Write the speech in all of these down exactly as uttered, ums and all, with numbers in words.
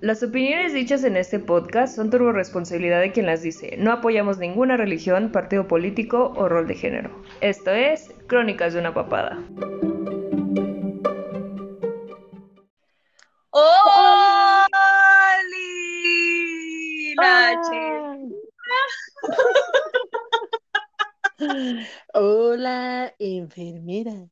Las opiniones dichas en este podcast son turbo responsabilidad de quien las dice. No apoyamos ninguna religión, partido político o rol de género. Esto es Crónicas de una Papada. ¡Oli! La che. Hola, enfermera.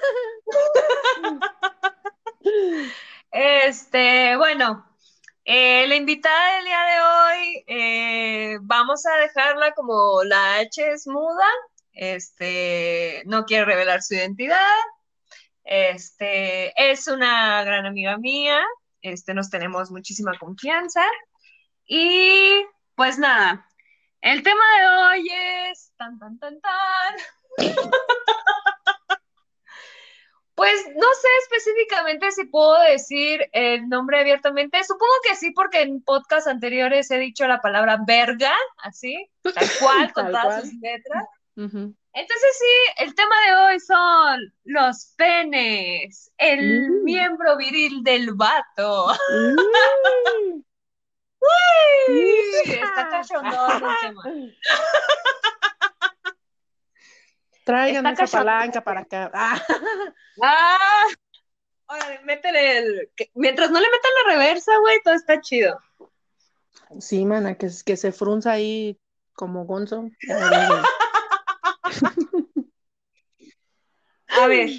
Este, bueno, eh, la invitada del día de hoy, eh, vamos a dejarla como la H es muda, este, no quiere revelar su identidad, este, es una gran amiga mía, este, nos tenemos muchísima confianza y pues nada, el tema de hoy es tan, tan, tan, tan. Pues no sé específicamente si puedo decir el nombre abiertamente. Supongo que sí, porque en podcasts anteriores he dicho la palabra verga, así, tal cual, con Tal todas cual. sus letras. Ujú. Entonces sí, el tema de hoy son los penes, el Mm. miembro viril del vato. Mm. ¡Uy! Está Hija. cachondón el tema. Tráiganme Está esa cachondón palanca el para tema. acá. Ah, órale, métele el... que- Mientras no le metan la reversa, güey, todo está chido. Sí, mana, que, que se frunza ahí como gonzo. Ya, luego. A ver.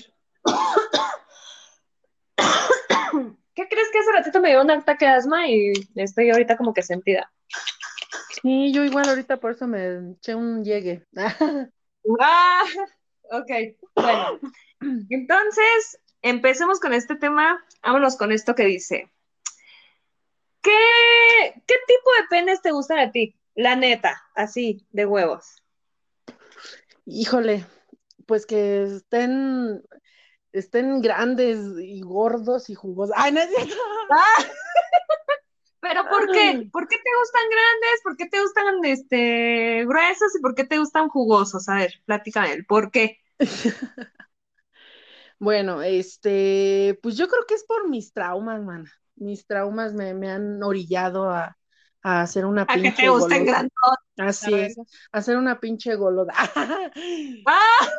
¿Qué crees que hace ratito me dio un ataque de asma y estoy ahorita como que sentida? Sí, yo igual ahorita por eso me eché un llegue. Ah, ok, bueno. Entonces, empecemos con este tema. Vámonos con esto que dice. ¿Qué, qué tipo de penes te gustan a ti? La neta, así, de huevos. Híjole, pues que estén, estén grandes y gordos y jugosos. Ay, no es cierto. Ah, ¿pero por qué? ¿Por qué te gustan grandes? ¿Por qué te gustan este, gruesos? ¿Y por qué te gustan jugosos? A ver, platícame el por qué. Bueno, este, pues yo creo que es por mis traumas, man. Mis traumas me, me han orillado a, a hacer una ¿A qué te pinche gustan golosa. grandes? La Así es, verga. a hacer una pinche golosa. Ah,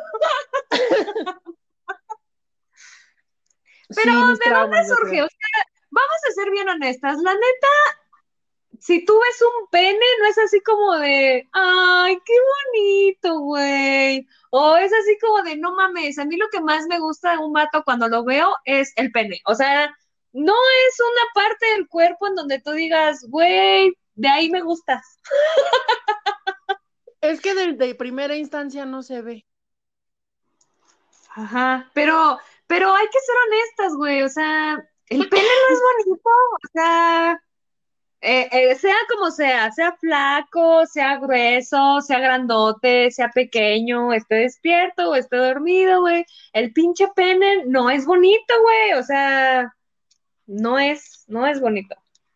pero Sí, mis ¿de dónde traumas, yo surge? creo. O sea, vamos a ser bien honestas. La neta, si tú ves un pene, no es así como de, ay, qué bonito, güey. O es así como de, no mames, a mí lo que más me gusta de un vato cuando lo veo es el pene. O sea, no es una parte del cuerpo en donde tú digas, güey, de ahí me gustas. Es que de, de primera instancia no se ve. Ajá, pero, pero hay que ser honestas, güey. O sea, el pene no es bonito. O sea, Eh, eh, sea como sea, sea flaco, sea grueso, sea grandote, sea pequeño, esté despierto o esté dormido, güey. El pinche pene no es bonito, güey. O sea, no es, no es bonito.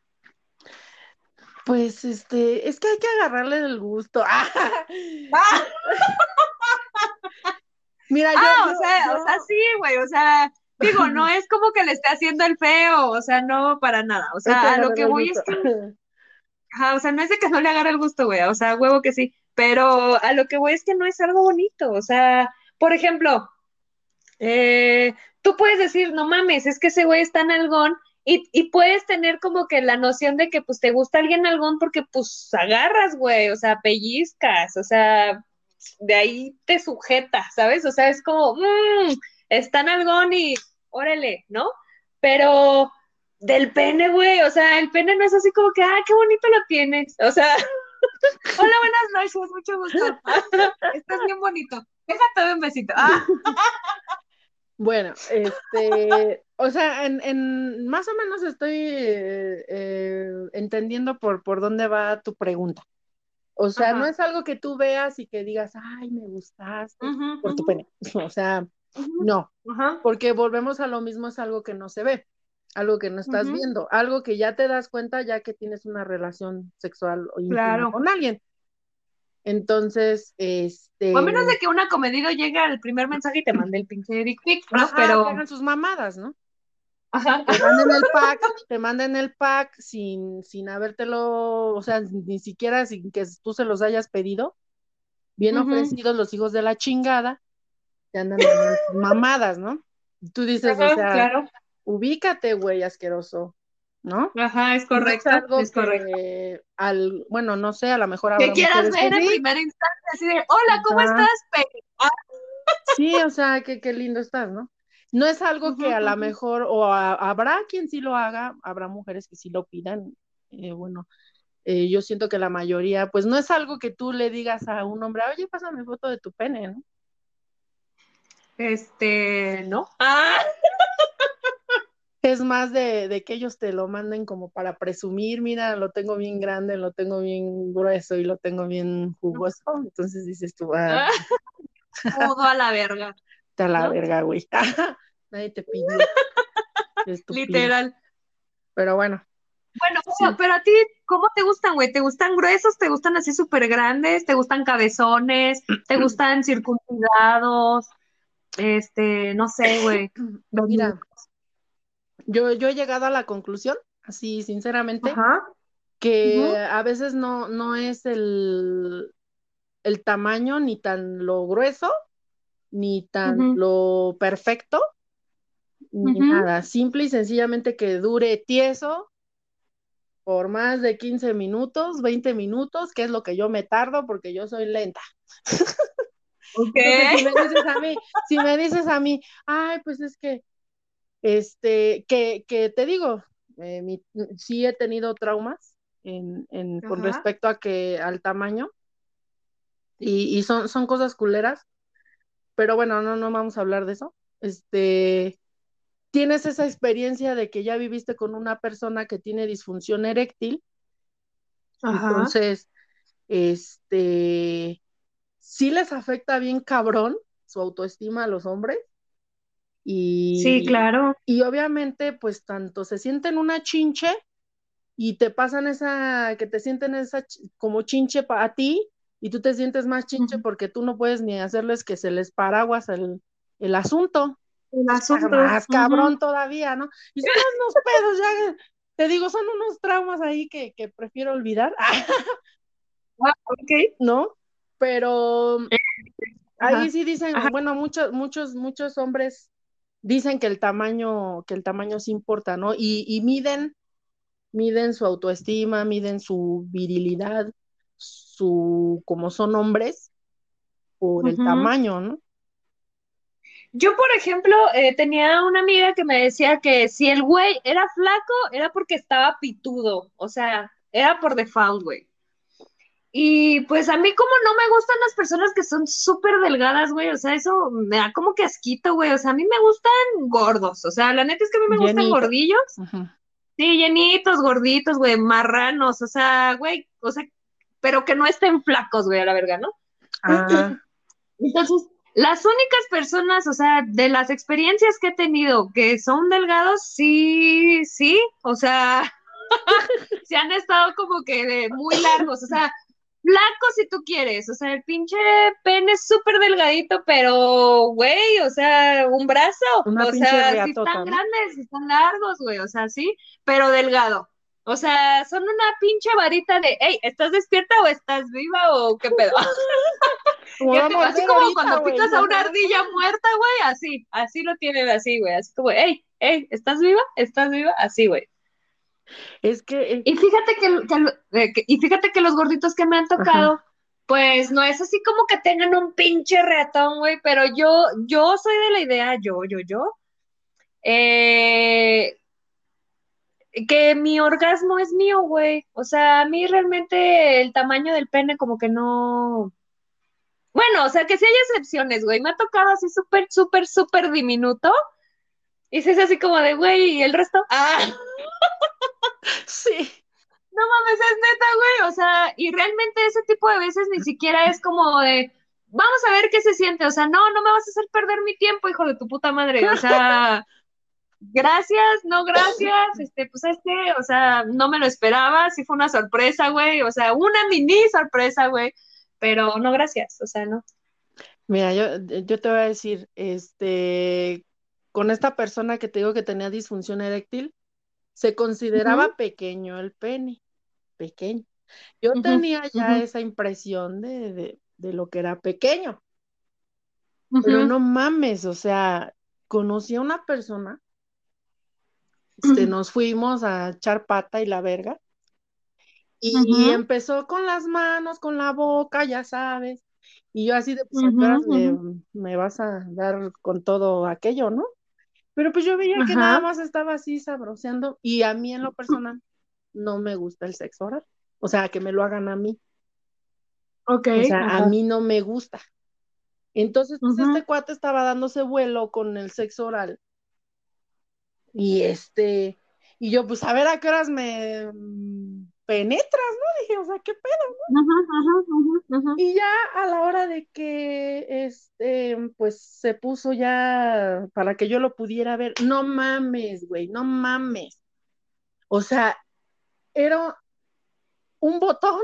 Pues este, es que hay que agarrarle el gusto. Ah, Mira, yo, ah, yo, o sea, o sea, yo. sí, güey. O sea, digo, no es como que le esté haciendo el feo, o sea, no, para nada. O Hay que sea, a lo que agarrarle el voy es gusto. que, ajá, o sea, no es de que no le agarre el gusto, güey. O sea, huevo que sí. Pero a lo que voy es que no es algo bonito. O sea, por ejemplo, Eh, tú puedes decir, no mames, es que ese güey está nalgón y, y puedes tener como que la noción de que pues te gusta alguien nalgón porque pues agarras, güey, o sea, pellizcas, o sea, de ahí te sujetas, ¿sabes? O sea, es como, mmm, está nalgón y órale, ¿no? Pero del pene, güey, o sea, el pene no es así como que, ah, qué bonito lo tienes, o sea, hola, buenas noches, mucho gusto, estás bien bonito, déjate de un besito, ah. Bueno, este, o sea, en, en más o menos estoy eh, eh, entendiendo por, por dónde va tu pregunta. O sea, no Ajá. es algo que tú veas y que digas, ay, me gustaste Ujú, por tu ujú, pene. O sea, ujú, no, ajá, porque volvemos a lo mismo, es algo que no se ve, algo que no estás ujú, viendo, algo que ya te das cuenta ya que tienes una relación sexual o íntima claro. con alguien. Entonces, O a menos este, de que una comedido llegue al primer mensaje y te mande el pinche dick pic, ¿no? ajá, que Pero, hagan sus mamadas, ¿no? Ajá. te manden el pack, te manden el pack sin, sin habértelo, o sea, ni siquiera sin que tú se los hayas pedido, bien Ujú. ofrecidos los hijos de la chingada, te andan dando mamadas, ¿no? Y tú dices, o Ajá, sea, claro. ubícate, güey, asqueroso, ¿no? Ajá, es No es correcto, algo es correcto. que, al, bueno, no sé, a lo mejor Que habrá quieras mujeres que ver en sí, primera instancia, así de, hola, ¿cómo ajá, estás, Pe-?" Ah, sí, o sea, que qué lindo estás, ¿no? No es algo ujú, que a lo ujú. mejor, o a- habrá quien sí lo haga, habrá mujeres que sí lo pidan, eh, bueno, eh, yo siento que la mayoría, pues no es algo que tú le digas a un hombre, oye, pásame foto de tu pene, ¿no? Este, ¿no? Ah, Es más de, de que ellos te lo manden como para presumir, mira, lo tengo bien grande, lo tengo bien grueso y lo tengo bien jugoso, entonces dices tú, ah, ah, todo a la verga, está la ¿no? verga, güey, nadie te pidió, qué estúpido, Literal. pero bueno, Bueno, pero, sí. pero a ti, ¿cómo te gustan, güey? ¿Te gustan gruesos? ¿Te gustan así súper grandes? ¿Te gustan cabezones? ¿Te gustan circuncidados? Este, no sé, güey. Mira, yo, yo he llegado a la conclusión, así sinceramente, Ajá. que Ujú, a veces no, no es el, el tamaño ni tan lo grueso, ni tan ujú, lo perfecto, ni ujú. nada. Simple y sencillamente que dure tieso por más de quince minutos, veinte minutos, que es lo que yo me tardo porque yo soy lenta. Ok. Entonces, si me dices a mí, si me dices a mí, ay, pues es que, este, que, que te digo, eh, mi- sí he tenido traumas en, en, con Ajá. respecto a que, al tamaño, y, y son, son cosas culeras, pero bueno, no, no vamos a hablar de eso. Este, tienes esa experiencia de que ya viviste con una persona que tiene disfunción eréctil, Ajá. entonces, este, sí les afecta bien cabrón su autoestima a los hombres Sí, y, claro. y obviamente pues tanto se sienten una chinche y te pasan esa, que te sienten esa ch- como chinche para ti y tú te sientes más chinche Ujú. porque tú no puedes ni hacerles que se les paraguas el, el asunto. El Entonces está asunto. más Ujú. cabrón todavía, ¿no? Y son unos pedos ya, te digo, son unos traumas ahí que, que prefiero olvidar, Ah, ok. ¿no? Pero ahí Ajá. sí Ajá. dicen, bueno, muchos, muchos, muchos hombres dicen que el tamaño, que el tamaño sí importa, ¿no? Y, y miden, miden su autoestima, miden su virilidad, su, como son hombres, por el Ujú. tamaño, ¿no? Yo, por ejemplo, eh, tenía una amiga que me decía que si el güey era flaco, era porque estaba pitudo. O sea, era por default, güey. Y pues a mí como no me gustan las personas que son súper delgadas, güey, o sea, eso me da como que asquito, güey, o sea, a mí me gustan gordos, o sea, la neta es que a mí me gustan Llenito. gordillos, Ujú. sí, llenitos, gorditos, güey, marranos, o sea, güey, o sea, pero que no estén flacos, güey, a la verga, ¿no? Ah, Entonces, las únicas personas, o sea, de las experiencias que he tenido que son delgados, sí, sí, o sea, se han estado como que de muy largos, o sea, flacos si tú quieres, o sea, el pinche pene es súper delgadito, pero, güey, o sea, un brazo, una o pinche sea, sí riatota, están ¿no? grandes, sí están largos, güey, o sea, sí, pero delgado. O sea, son una pinche varita de, hey, ¿estás despierta o estás viva o qué pedo? Me Y va es a como, así morder como ahorita, cuando güey. pitas a una ardilla muerta, güey, así, así lo tienen así, güey, así como, hey, hey, ¿estás viva? ¿Estás viva? Así, güey. Es que, eh, Y fíjate que, que- eh, que- y fíjate que los gorditos que me han tocado, ajá, pues no es así como que tengan un pinche reatón, güey, pero yo, yo soy de la idea, yo, yo, yo, eh, que mi orgasmo es mío, güey. O sea, a mí realmente el tamaño del pene como que no. Bueno, o sea, que sí hay excepciones, güey. Me ha tocado así súper, súper, súper diminuto. Y si es así como de, güey, ¿y el resto? Ah, sí. no mames, es neta, güey. O sea, y realmente ese tipo de veces ni siquiera es como de, vamos a ver qué se siente. O sea, no, no me vas a hacer perder mi tiempo, hijo de tu puta madre. O sea, gracias, no gracias. Este, pues este, o sea, no me lo esperaba. Sí fue una sorpresa, güey. O sea, una mini sorpresa, güey. Pero no gracias, o sea, no. Mira, yo, yo te voy a decir, este, con esta persona que te digo que tenía disfunción eréctil, se consideraba Ujú, pequeño el pene, pequeño. Yo ujú, tenía ya ujú, esa impresión de, de, de lo que era pequeño, pero ujú, no mames, o sea, conocí a una persona, este, nos fuimos a echar pata y la verga, y ujú, empezó con las manos, con la boca, ya sabes, y yo así de, pues, ¿a qué ujú, horas ujú. me, me vas a dar con todo aquello, no? Pero pues yo veía que nada Ajá, más estaba así sabroseando, y a mí en lo personal no me gusta el sexo oral, o sea, que me lo hagan a mí, ok, o sea, a ajá. mí no me gusta. Entonces, pues este Ujú, cuate estaba dándose vuelo con el sexo oral. Y este, y yo, pues a ver a qué horas me mm, penetras, ¿no? Dije, o sea, qué pedo. ujú, ujú, ujú, ujú. Y ya a la hora de que, este, pues se puso ya para que yo lo pudiera ver, no mames, güey, no mames. O sea, era un botón,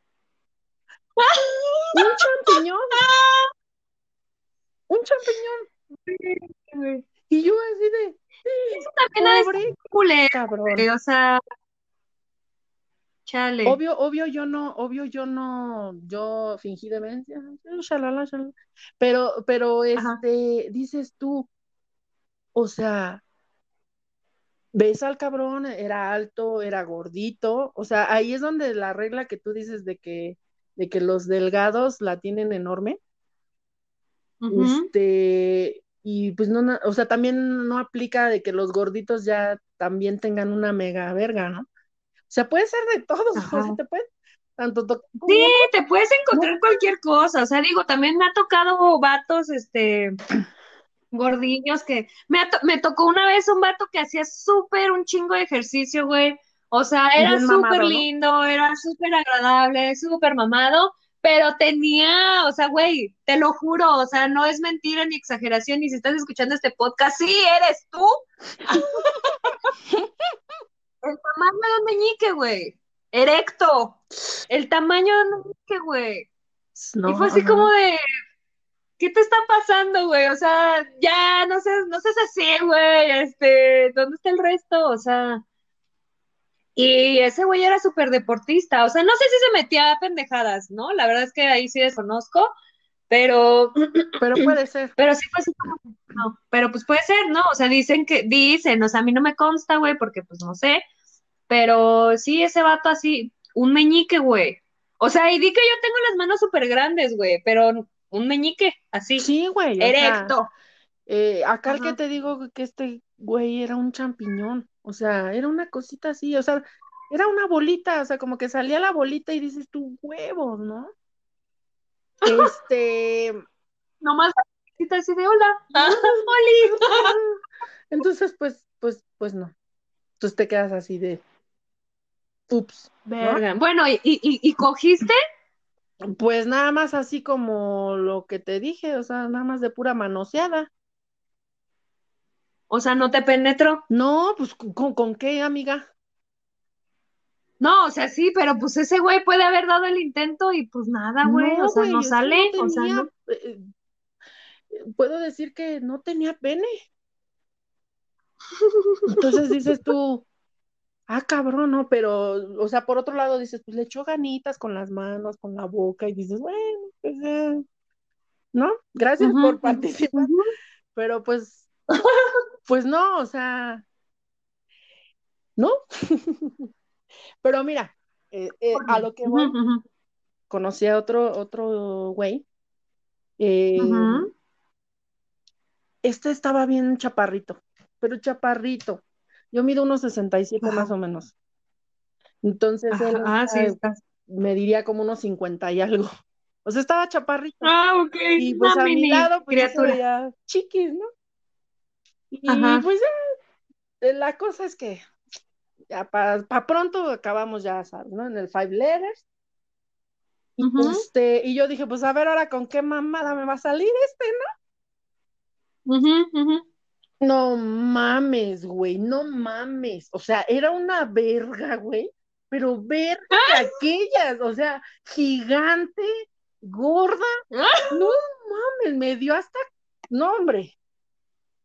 un champiñón, un champiñón. Güey. Y yo así de, Eso también ha de estar pobre culero, cabrón. güey, o sea, chale. Obvio, obvio, yo no, obvio, yo no, yo fingí demencia, eh, shalala, shalala. Pero, pero, Ajá. este, dices tú, o sea, ves al cabrón, era alto, era gordito, o sea, ahí es donde la regla que tú dices de que, de que los delgados la tienen enorme, Ujú. este, y pues no, no, o sea, también no aplica de que los gorditos ya también tengan una mega verga, ¿no? O sea, puede ser de todos, o sea, Ajá. te puede tanto tocar Sí, como no, te puedes no, encontrar cualquier cosa, o sea, digo, también me ha tocado vatos, este, gordillos que, me, ha to- me tocó una vez un vato que hacía súper un chingo de ejercicio, güey, o sea, y era bien súper mamado, ¿no? lindo, era súper agradable, súper mamado, pero tenía, o sea, güey, te lo juro, o sea, no es mentira ni exageración, ni si estás escuchando este podcast, sí, eres tú, el tamaño de un meñique, güey, erecto, el tamaño de un meñique, güey. Y fue No, así como no. de, ¿qué te está pasando, güey? O sea, ya, no seas, no seas así, güey, este, ¿dónde está el resto? O sea, y ese güey era súper deportista, o sea, no sé si se metía a pendejadas, ¿no? La verdad es que ahí sí desconozco, pero, Pero puede ser. pero sí fue así como, no, pero pues puede ser, ¿no? O sea, dicen que, dicen, o sea, a mí no me consta, güey, porque pues no sé, pero sí, ese vato así, un meñique, güey. O sea, y di que yo tengo las manos súper grandes, güey, pero un meñique, así, Sí, güey, o sea, erecto. eh, acá el que Ajá. te digo que este güey era un champiñón, o sea, era una cosita así, o sea, era una bolita, o sea, como que salía la bolita y dices tú, huevos, ¿no? Este, Nomás así de hola. Oli. entonces, pues, pues, pues no. Entonces te quedas así de, ups, ¿no? Verga. Bueno, ¿y, y, y cogiste? Pues nada más así como lo que te dije, o sea, nada más de pura manoseada. O sea, no te penetró. No, pues, ¿con, con qué, amiga? No, o sea, sí, pero pues ese güey puede haber dado el intento y pues nada, güey. O No, sea, no güey, es que sale. no O sea, tenía, no. eh, puedo decir que no tenía pene. Entonces dices tú, ah, cabrón, no, pero, o sea, por otro lado dices, pues le echó ganitas con las manos, con la boca, y dices, bueno, pues, eh, ¿no? Gracias Ujú, por ujú, participar, ujú, pero pues, pues no, o sea, ¿no? Pero mira, eh, eh, a lo que ujú, voy, ujú, conocí a otro, otro güey, eh, ujú. este estaba bien chaparrito, pero chaparrito. Yo mido unos sesenta y siete más Ajá, o menos. Entonces él ajá, ah, sí, ah, estás. me diría como unos cincuenta y algo. O sea, estaba chaparrito. Ah, ok, Y una pues a mi mini lado, pues yo se criatura. veía chiquis, ¿no? Y Ajá. pues ya, eh, la cosa es que ya para pa pronto acabamos ya, ¿sabes? ¿No? En el Five Letters. Y Ujú, este, y yo dije, pues a ver ahora con qué mamada me va a salir este, ujú, ujú. ¿no? No mames, güey, no mames. O sea, era una verga, güey, pero verga de aquellas, o sea, gigante, gorda. ¡Ah! No mames, me dio hasta, no, hombre.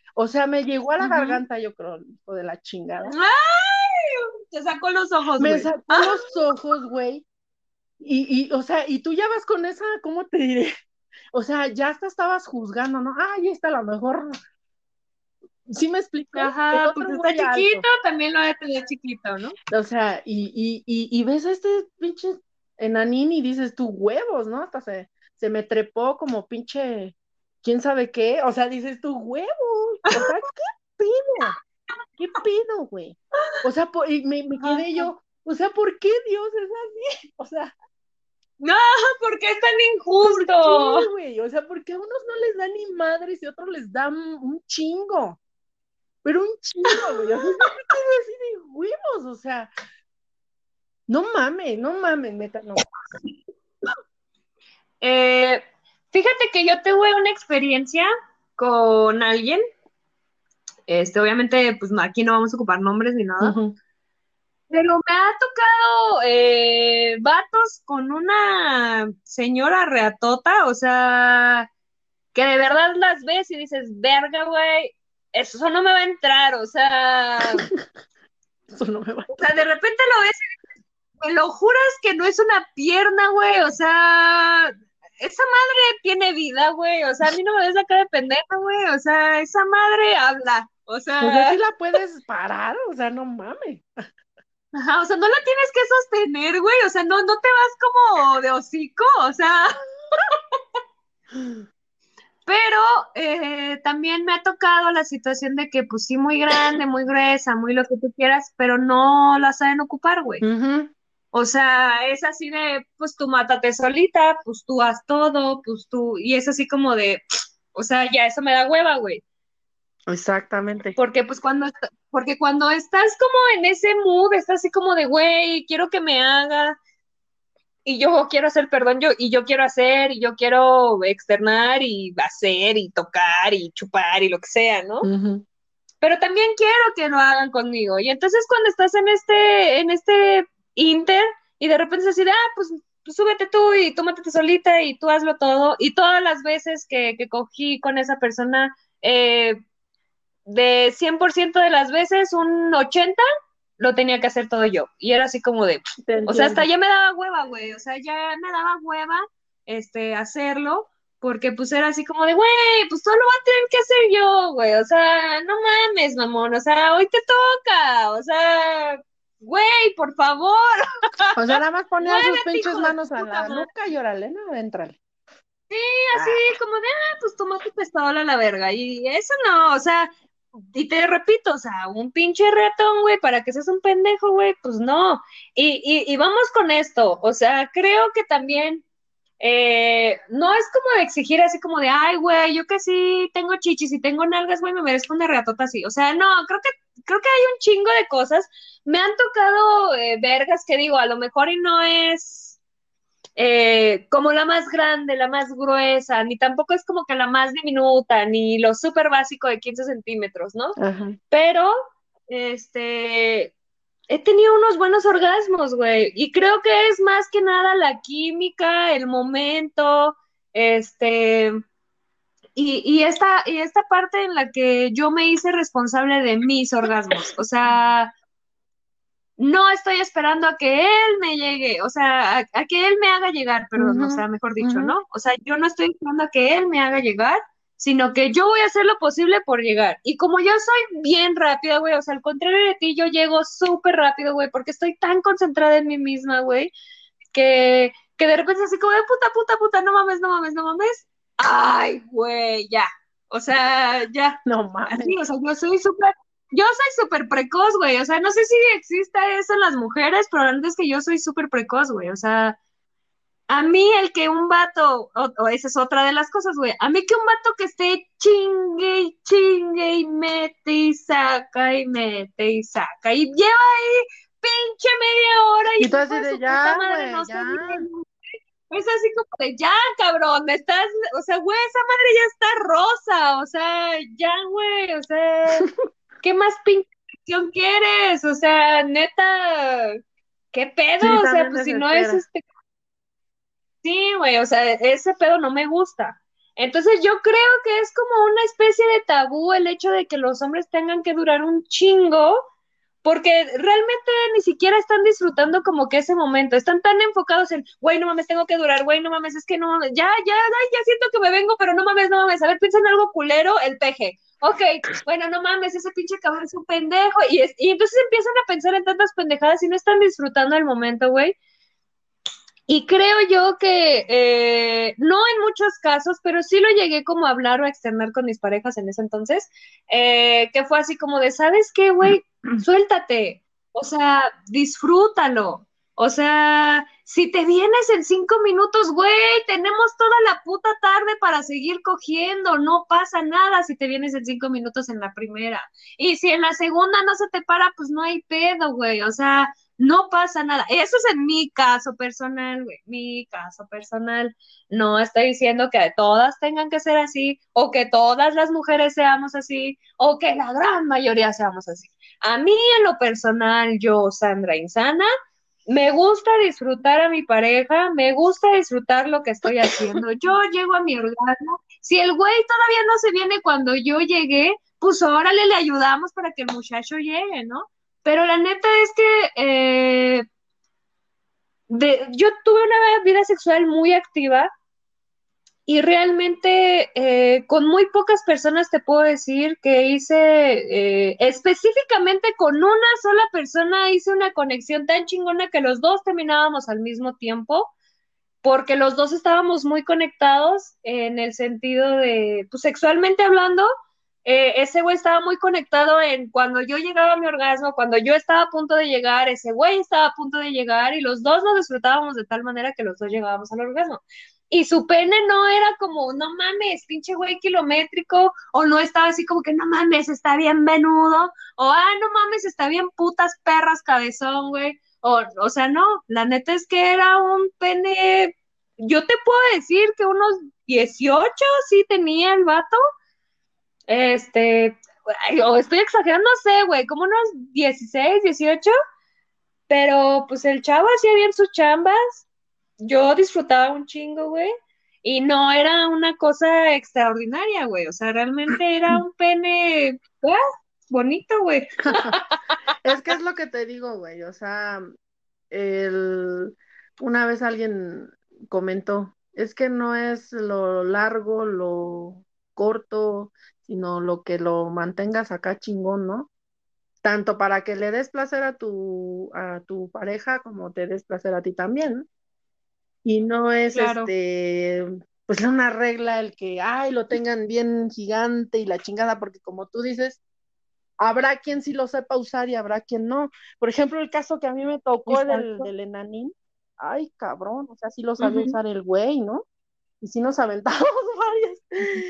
O sea, me llegó a la Ujú. garganta, yo creo, hijo de la chingada. ¡Ay! Te sacó los ojos, Me güey. sacó Ah, los ojos, güey. Y, y, o sea, y tú ya vas con esa, ¿cómo te diré? O sea, ya hasta estabas juzgando, ¿no? Ay, esta a lo mejor, ¿sí me explico? El ajá, pues otro está güey alto. chiquito, también lo debe tener chiquito, ¿no? O sea, y, y, y, y ves a este pinche enanín y dices, tú huevos, ¿no? Hasta se, se me trepó como pinche, quién sabe qué. O sea, dices, tú huevos. O sea, ¿qué pido? ¿Qué pido, güey? O sea, po- y me, me quedé Ajá. yo, o sea, ¿por qué Dios es así? O sea, No, porque es tan ¿por qué, injusto. güey? O sea, porque a unos no les da ni madres y a otros les dan un chingo. Pero un chingo, güey. O sea, yo me quedé así de huevos, o sea, no mames, no mames, neta, no. Eh, fíjate que yo tuve una experiencia con alguien, este, obviamente, pues no- aquí no vamos a ocupar nombres ni nada, Ujú. pero me ha tocado eh, vatos con una señora reatota, o sea, que de verdad las ves y dices, verga, güey, eso no me va a entrar, o sea, Eso no me va. o sea, de repente lo ves y me lo juras que no es una pierna, güey, o sea, esa madre tiene vida, güey, o sea, a mí no me ves la cara de pendeja, güey, o sea, esa madre habla, o O sea, sí sea, la puedes parar, o sea, no mames. ajá, o sea, no la tienes que sostener, güey, o sea, no, no te vas como de hocico, o sea, pero eh, también me ha tocado la situación de que, pues sí, muy grande, muy gruesa, muy lo que tú quieras, pero no la saben ocupar, güey. Ujú. O sea, es así de, pues tú mátate solita, pues tú haz todo, pues tú, y es así como de, o sea, ya eso me da hueva, güey. Exactamente. Porque pues cuando, est- porque cuando estás como en ese mood, estás así como de, güey, quiero que me haga, y yo quiero hacer perdón, yo, y yo quiero hacer, y yo quiero externar, y hacer, y tocar, y chupar, y lo que sea, ¿no? Ujú. Pero también quiero que lo hagan conmigo. Y entonces cuando estás en este, en este inter, y de repente es así de, ah, pues, pues súbete tú y tú mátate solita y tú hazlo todo. Y todas las veces que, que cogí con esa persona, eh, de cien por ciento de las veces, un ochenta lo tenía que hacer todo yo. Y era así como de, Te o sea, hasta entiendo. ya me daba hueva, güey. O sea, ya me daba hueva este, hacerlo, porque pues era así como de, güey, pues todo lo voy a tener que hacer yo, güey. O sea, no mames, mamón. O sea, hoy te toca. O sea, güey, por favor, O sea, nada más ponía sus muévete, pinches hijo de tu manos a puta la madre. nuca y órale, no, éntrale. Así Ah. como de, ah, pues toma tu pistola a la verga. Y eso no, o sea, y te repito, o sea, un pinche ratón, güey, para que seas un pendejo, güey, pues no. Y, y, y vamos con esto, o sea, creo que también eh, no es como de exigir así como de, ay, güey, yo que sí tengo chichis y tengo nalgas, güey, me merezco una ratota así. O sea, no, creo que, creo que hay un chingo de cosas. Me han tocado eh, vergas que digo, a lo mejor y no es eh, como la más grande, la más gruesa, ni tampoco es como que la más diminuta, ni lo súper básico de quince centímetros, ¿no? Ajá. Pero, este, he tenido unos buenos orgasmos, güey, y creo que es más que nada la química, el momento, este, y, y esta, y esta parte en la que yo me hice responsable de mis orgasmos, o sea, no estoy esperando a que él me llegue, o sea, a, a que él me haga llegar, perdón, o Ujú, sea, mejor dicho, ujú. ¿no? O sea, yo no estoy esperando a que él me haga llegar, sino que yo voy a hacer lo posible por llegar. Y como yo soy bien rápida, güey, o sea, al contrario de ti, yo llego súper rápido, güey, porque estoy tan concentrada en mí misma, güey, que, que de repente así como de puta, puta, puta, no mames, no mames, no mames. Ay, güey, ya. O sea, ya. No Así, mames. o sea, yo soy súper, yo soy súper precoz, güey. O sea, no sé si exista eso en las mujeres, pero antes que yo soy súper precoz, güey. O sea, a mí el que un vato, o, o esa es otra de las cosas, güey. A mí que un vato que esté chingue y chingue y mete y saca y mete y saca y lleva ahí pinche media hora y Y el tú hijo así de de su puta ya, madre güey, no se ya. viene. Es así como de, ya, cabrón, me estás, o sea, güey, esa madre ya está rosa, o sea, ya, güey, o sea, ¿qué más pinche acción quieres? O sea, neta, ¿qué pedo? Sí, O sea, también pues si no es desespera. este, sí, güey, o sea, ese pedo no me gusta. Entonces yo creo que es como una especie de tabú el hecho de que los hombres tengan que durar un chingo, porque realmente ni siquiera están disfrutando como que ese momento, están tan enfocados en, güey, no mames, tengo que durar, güey, no mames, es que no mames, ya, ya, ay, ya siento que me vengo, pero no mames, no mames, a ver, piensa en algo culero, el peje. Ok, bueno, no mames, ese pinche cabrón es un pendejo. Y, es, y entonces empiezan a pensar en tantas pendejadas y no están disfrutando el momento, güey. Y creo yo que, eh, no en muchos casos, pero sí lo llegué como a hablar o a externar con mis parejas en ese entonces, eh, que fue así como de, ¿sabes qué, güey? Suéltate, o sea, disfrútalo. O sea, si te vienes en cinco minutos, güey, tenemos toda la puta tarde para seguir cogiendo, no pasa nada si te vienes en cinco minutos en la primera. Y si en la segunda no se te para, pues no hay pedo, güey. O sea, no pasa nada. Eso es en mi caso personal, güey. Mi caso personal. No estoy diciendo que todas tengan que ser así, o que todas las mujeres seamos así, o que la gran mayoría seamos así. A mí, en lo personal, yo, Sandra Insana, me gusta disfrutar a mi pareja, me gusta disfrutar lo que estoy haciendo. Yo llego a mi orgasmo. Si el güey todavía no se viene cuando yo llegué, pues órale, le ayudamos para que el muchacho llegue, ¿no? Pero la neta es que eh, de, yo tuve una vida sexual muy activa y realmente eh, con muy pocas personas te puedo decir que hice, eh, específicamente con una sola persona, hice una conexión tan chingona que los dos terminábamos al mismo tiempo, porque los dos estábamos muy conectados en el sentido de, pues sexualmente hablando, eh, ese güey estaba muy conectado en cuando yo llegaba a mi orgasmo, cuando yo estaba a punto de llegar, ese güey estaba a punto de llegar y los dos nos disfrutábamos de tal manera que los dos llegábamos al orgasmo. Y su pene no era como, no mames, pinche güey kilométrico, o no estaba así como que, no mames, está bien venudo, o ah, no mames, está bien putas perras cabezón, güey. O, o sea, no, la neta es que era un pene, yo te puedo decir que unos dieciocho sí tenía el vato, este, ay, o estoy exagerando, no sé, güey, como unos dieciséis dieciocho, pero pues el chavo hacía bien sus chambas, yo disfrutaba un chingo, güey, y no era una cosa extraordinaria, güey, o sea, realmente era un pene, ah, bonito, güey. Es que es lo que te digo, güey, o sea, el... una vez alguien comentó, es que no es lo largo, lo corto, sino lo que lo mantengas acá chingón, ¿no? Tanto para que le des placer a tu, a tu pareja como te des placer a ti también, ¿no? Y no es Claro. este, pues una regla el que, ay, lo tengan bien gigante y la chingada, porque como tú dices, habrá quien sí lo sepa usar y habrá quien no. Por ejemplo, el caso que a mí me tocó del, Exacto. del enanín, ay, cabrón, o sea, sí lo sabía Ujú. usar el güey, ¿no? Y sí nos aventamos varias,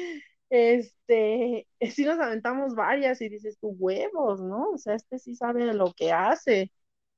este, sí nos aventamos varias y dices, tú huevos, ¿no? O sea, este sí sabe lo que hace.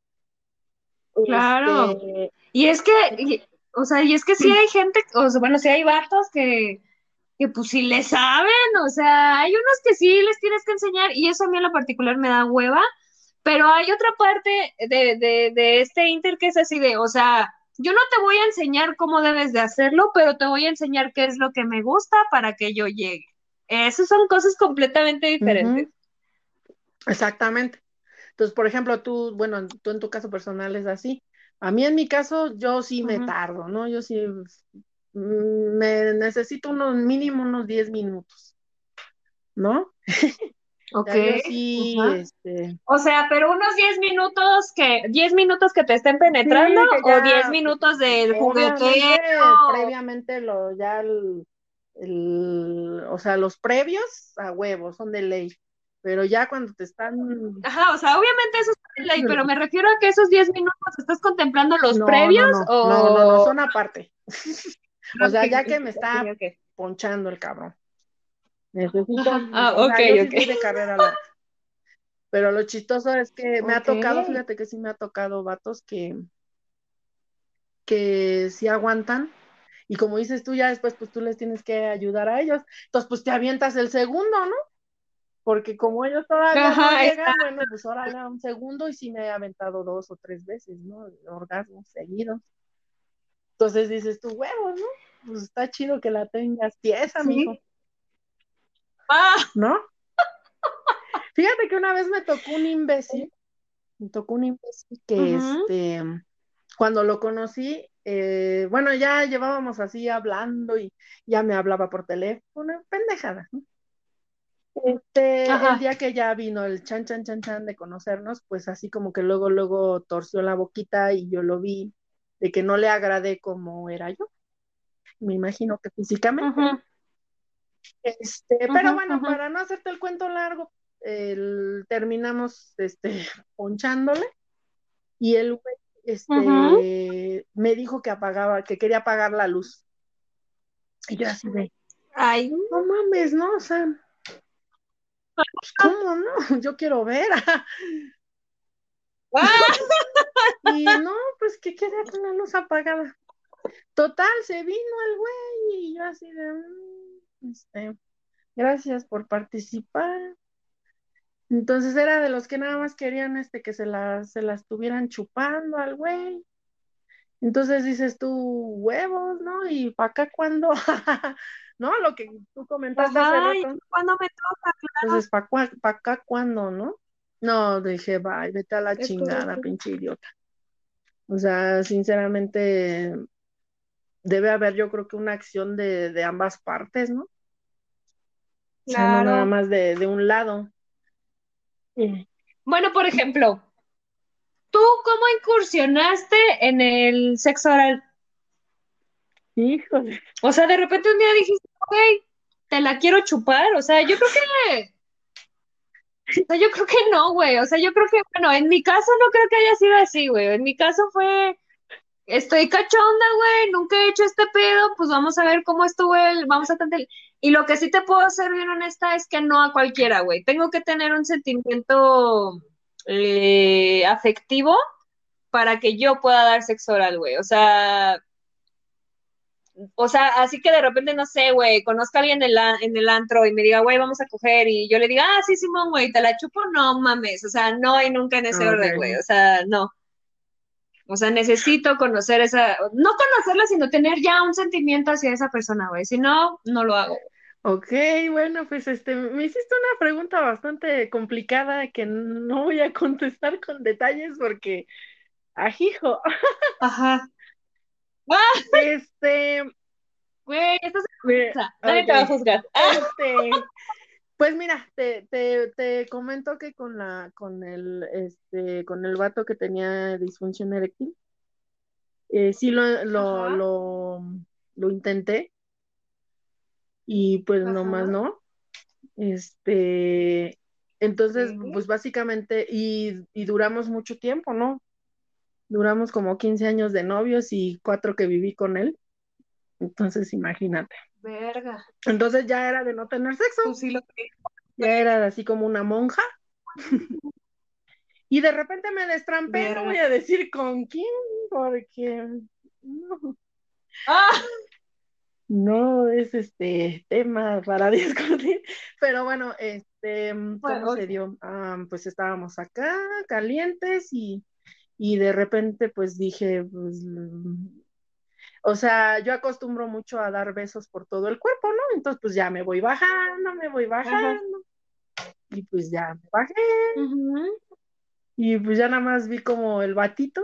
Claro. Este, Y es que, y- o sea, y es que sí hay gente, o sea, bueno, sí hay vatos que, que pues sí le saben, o sea, hay unos que sí les tienes que enseñar y eso a mí en lo particular me da hueva, pero hay otra parte de, de, de este inter que es así de, o sea, yo no te voy a enseñar cómo debes de hacerlo, pero te voy a enseñar qué es lo que me gusta para que yo llegue. Esas son cosas completamente diferentes. ujú, exactamente. Entonces, por ejemplo, tú, bueno, tú en tu caso personal es así. A mí en mi caso, yo sí me Ujú. tardo, ¿no? Yo sí mm, me necesito unos mínimo unos diez minutos, ¿no? O Ok. sea, yo sí, Ajá. este, O sea, pero unos diez minutos que, diez minutos que te estén penetrando sí, que o diez ya, minutos del obviamente, jugueteo. previamente lo, ya el, el- o sea, los previos a huevos son de ley, pero ya cuando te están, Ajá, o sea, obviamente eso está en ley, pero me refiero a que esos diez minutos estás contemplando los no, no, previos no, no, no, no, o... son aparte. Ah, O ok, sea, ya que me ok, está ok. ponchando el cabrón. Necesito, Ajá, ah, o ok, sea, yo sí ok. soy de carrera larga. Pero lo chistoso es que me ha Ok. tocado, fíjate que sí me ha tocado vatos que, que sí aguantan. Y como dices tú, ya después, pues tú les tienes que ayudar a ellos. Entonces, pues te avientas el segundo, ¿no? Porque como ellos todavía no Ajá, está. llegan, bueno, pues ahora le un segundo y sí me he aventado dos o tres veces, ¿no? Orgasmos seguidos. Entonces dices, tu huevos, ¿no? Pues está chido que la tengas tiesa, mijo, Sí. Ah, ¿no? Fíjate que una vez me tocó un imbécil, me tocó un imbécil que ujú, este, cuando lo conocí, eh, bueno, ya llevábamos así hablando y ya me hablaba por teléfono, pendejada, ¿no? Este, el ajá. día que ya vino el chan, chan, chan, chan de conocernos, pues así como que luego, luego torció la boquita y yo lo vi de que no le agradé como era yo, me imagino que físicamente. Ujú, Este, pero ujú, bueno, ujú, para no hacerte el cuento largo, el- terminamos este, ponchándole y el güey ujú. este, me dijo que apagaba, que quería apagar la luz. Y yo así de, Ay, no mames, ¿no? O sea, pues, ¿cómo no? Yo quiero ver. ah, Y no, pues que quería con la luz apagada. Total, se vino el güey y yo así de, "Mm, este, gracias por participar". Entonces era de los que nada más querían este que se las, se la estuvieran chupando al güey. Entonces dices tú, huevos, ¿no? ¿Y para acá cuándo? ¿No? Lo que tú comentaste hace ajá, ¿y rato. cuándo me toca? Claro, Entonces, ¿para acá cuándo, no? No, dije, bye, vete a la es chingada, correcto. pinche idiota. O sea, sinceramente, debe haber, yo creo que una acción de, de ambas partes, ¿no? O sea, no nada Claro. más de, de un lado. Eh, Bueno, por ejemplo, ¿tú cómo incursionaste en el sexo oral? Híjole. O sea, de repente un día dijiste, ok, te la quiero chupar. O sea, yo creo que, o sea, yo creo que no, güey. O sea, yo creo que, bueno, en mi caso no creo que haya sido así, güey. En mi caso fue, estoy cachonda, güey, nunca he hecho este pedo, pues vamos a ver cómo estuvo el, vamos a tanto. Y lo que sí te puedo ser bien honesta es que no a cualquiera, güey. Tengo que tener un sentimiento eh, afectivo para que yo pueda dar sexo oral, güey. O sea, o sea, así que de repente, no sé, güey, conozca a alguien en, la, en el antro y me diga, güey, vamos a coger, y yo le diga, ah, sí, Simón, güey, te la chupo, no mames, o sea, no hay nunca en ese orden, güey, Ok. o sea, no. O sea, necesito conocer esa, no conocerla, sino tener ya un sentimiento hacia esa persona, güey. Si no, no lo hago. Ok, bueno, pues este, me hiciste una pregunta bastante complicada que no voy a contestar con detalles porque, ajijo, Ajá. ¡Ah! este, Güey, esto es me- cosa. Nadie ok, te va a juzgar. ¡Ah! este, pues mira, te, te, te comento que con la, con el, este, con el vato que tenía disfunción eréctil, eh, sí lo, lo, Ajá, lo, lo intenté y pues nomás ajá. no. Este, entonces, Ok. pues básicamente, y, y duramos mucho tiempo, ¿no? Duramos como quince años de novios y cuatro que viví con él. Entonces, imagínate. Verga. Entonces ya era de no tener sexo, Pues sí lo que. ya era así como una monja. Y de repente me destrampé, no voy Verga. a decir con quién, porque no, ¡Ah! no es este tema para discutir. Pero bueno, este, Bueno, ¿cómo se ok. dio? Ah, pues estábamos acá calientes y, y de repente pues dije, pues, mm, o sea, yo acostumbro mucho a dar besos por todo el cuerpo, ¿no? Entonces pues ya me voy bajando, me voy Ajá. bajando y pues ya me bajé Ujú. y pues ya nada más vi como el batito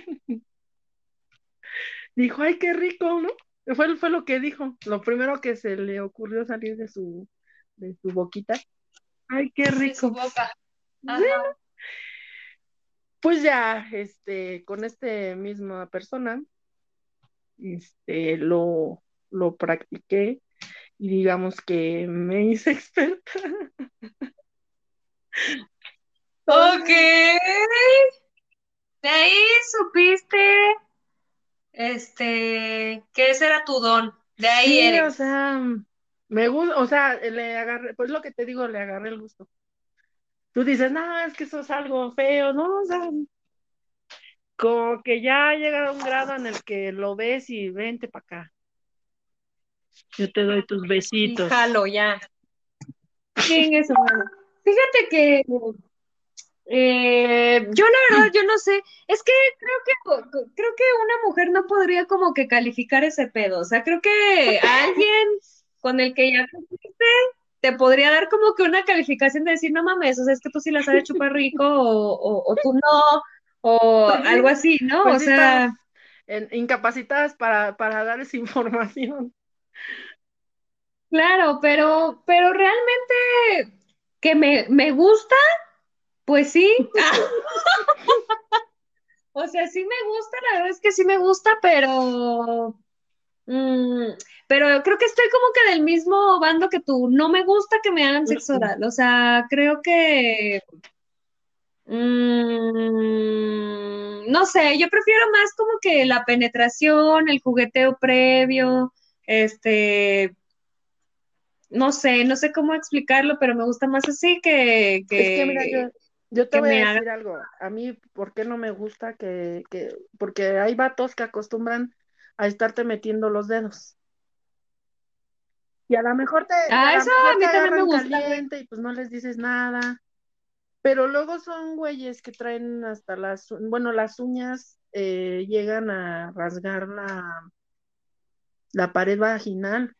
dijo, ay, qué rico, ¿no? Fue, fue lo que dijo, lo primero que se le ocurrió salir de su, de su boquita. Ay, qué De su rico. boca. Sí, Ajá. pues ya, este, con esta misma persona, este, lo, lo practiqué y digamos que me hice experta. Ok. Entonces, De ahí supiste, este, que ese era tu don. De ahí sí, o eres. sea, me gusta, o sea, le agarré, pues lo que te digo, le agarré el gusto. Tú dices, no, es que eso es algo feo, ¿no? O sea, como que ya ha llegado a un grado en el que lo ves y vente para acá. Yo te doy tus Y besitos. jalo, ya. Chingue su madre. Fíjate que Eh, yo la verdad, yo no sé, es que creo que creo que una mujer no podría como que calificar ese pedo, o sea, creo que alguien con el que ya creciste te podría dar como que una calificación de decir, no mames, o sea, es que tú sí la sabes chupar rico o, o, o tú no, o Pues algo sí, así, ¿no? O pues sí estamos sea, en- incapacitadas para, para dar esa información. claro, pero, pero realmente que me, me gusta, pues sí. O sea, sí me gusta, la verdad es que sí me gusta, pero mm, pero creo que estoy como que del mismo bando que tú. No me gusta que me hagan sexo oral. O sea, creo que mm, no sé, yo prefiero más como que la penetración, el jugueteo previo, este, no sé, no sé cómo explicarlo, pero me gusta más así que, Es que mira, que, yo, yo te que voy a me hagan. decir algo. A mí, ¿por qué no me gusta que, que, porque hay vatos que acostumbran a estarte metiendo los dedos. Y a lo mejor te, y a Ah, lo eso mejor a te mí también me agarran gusta, güey. caliente y pues no les dices nada. Pero luego son güeyes que traen hasta las, bueno, las uñas eh, llegan a rasgar la, la pared vaginal.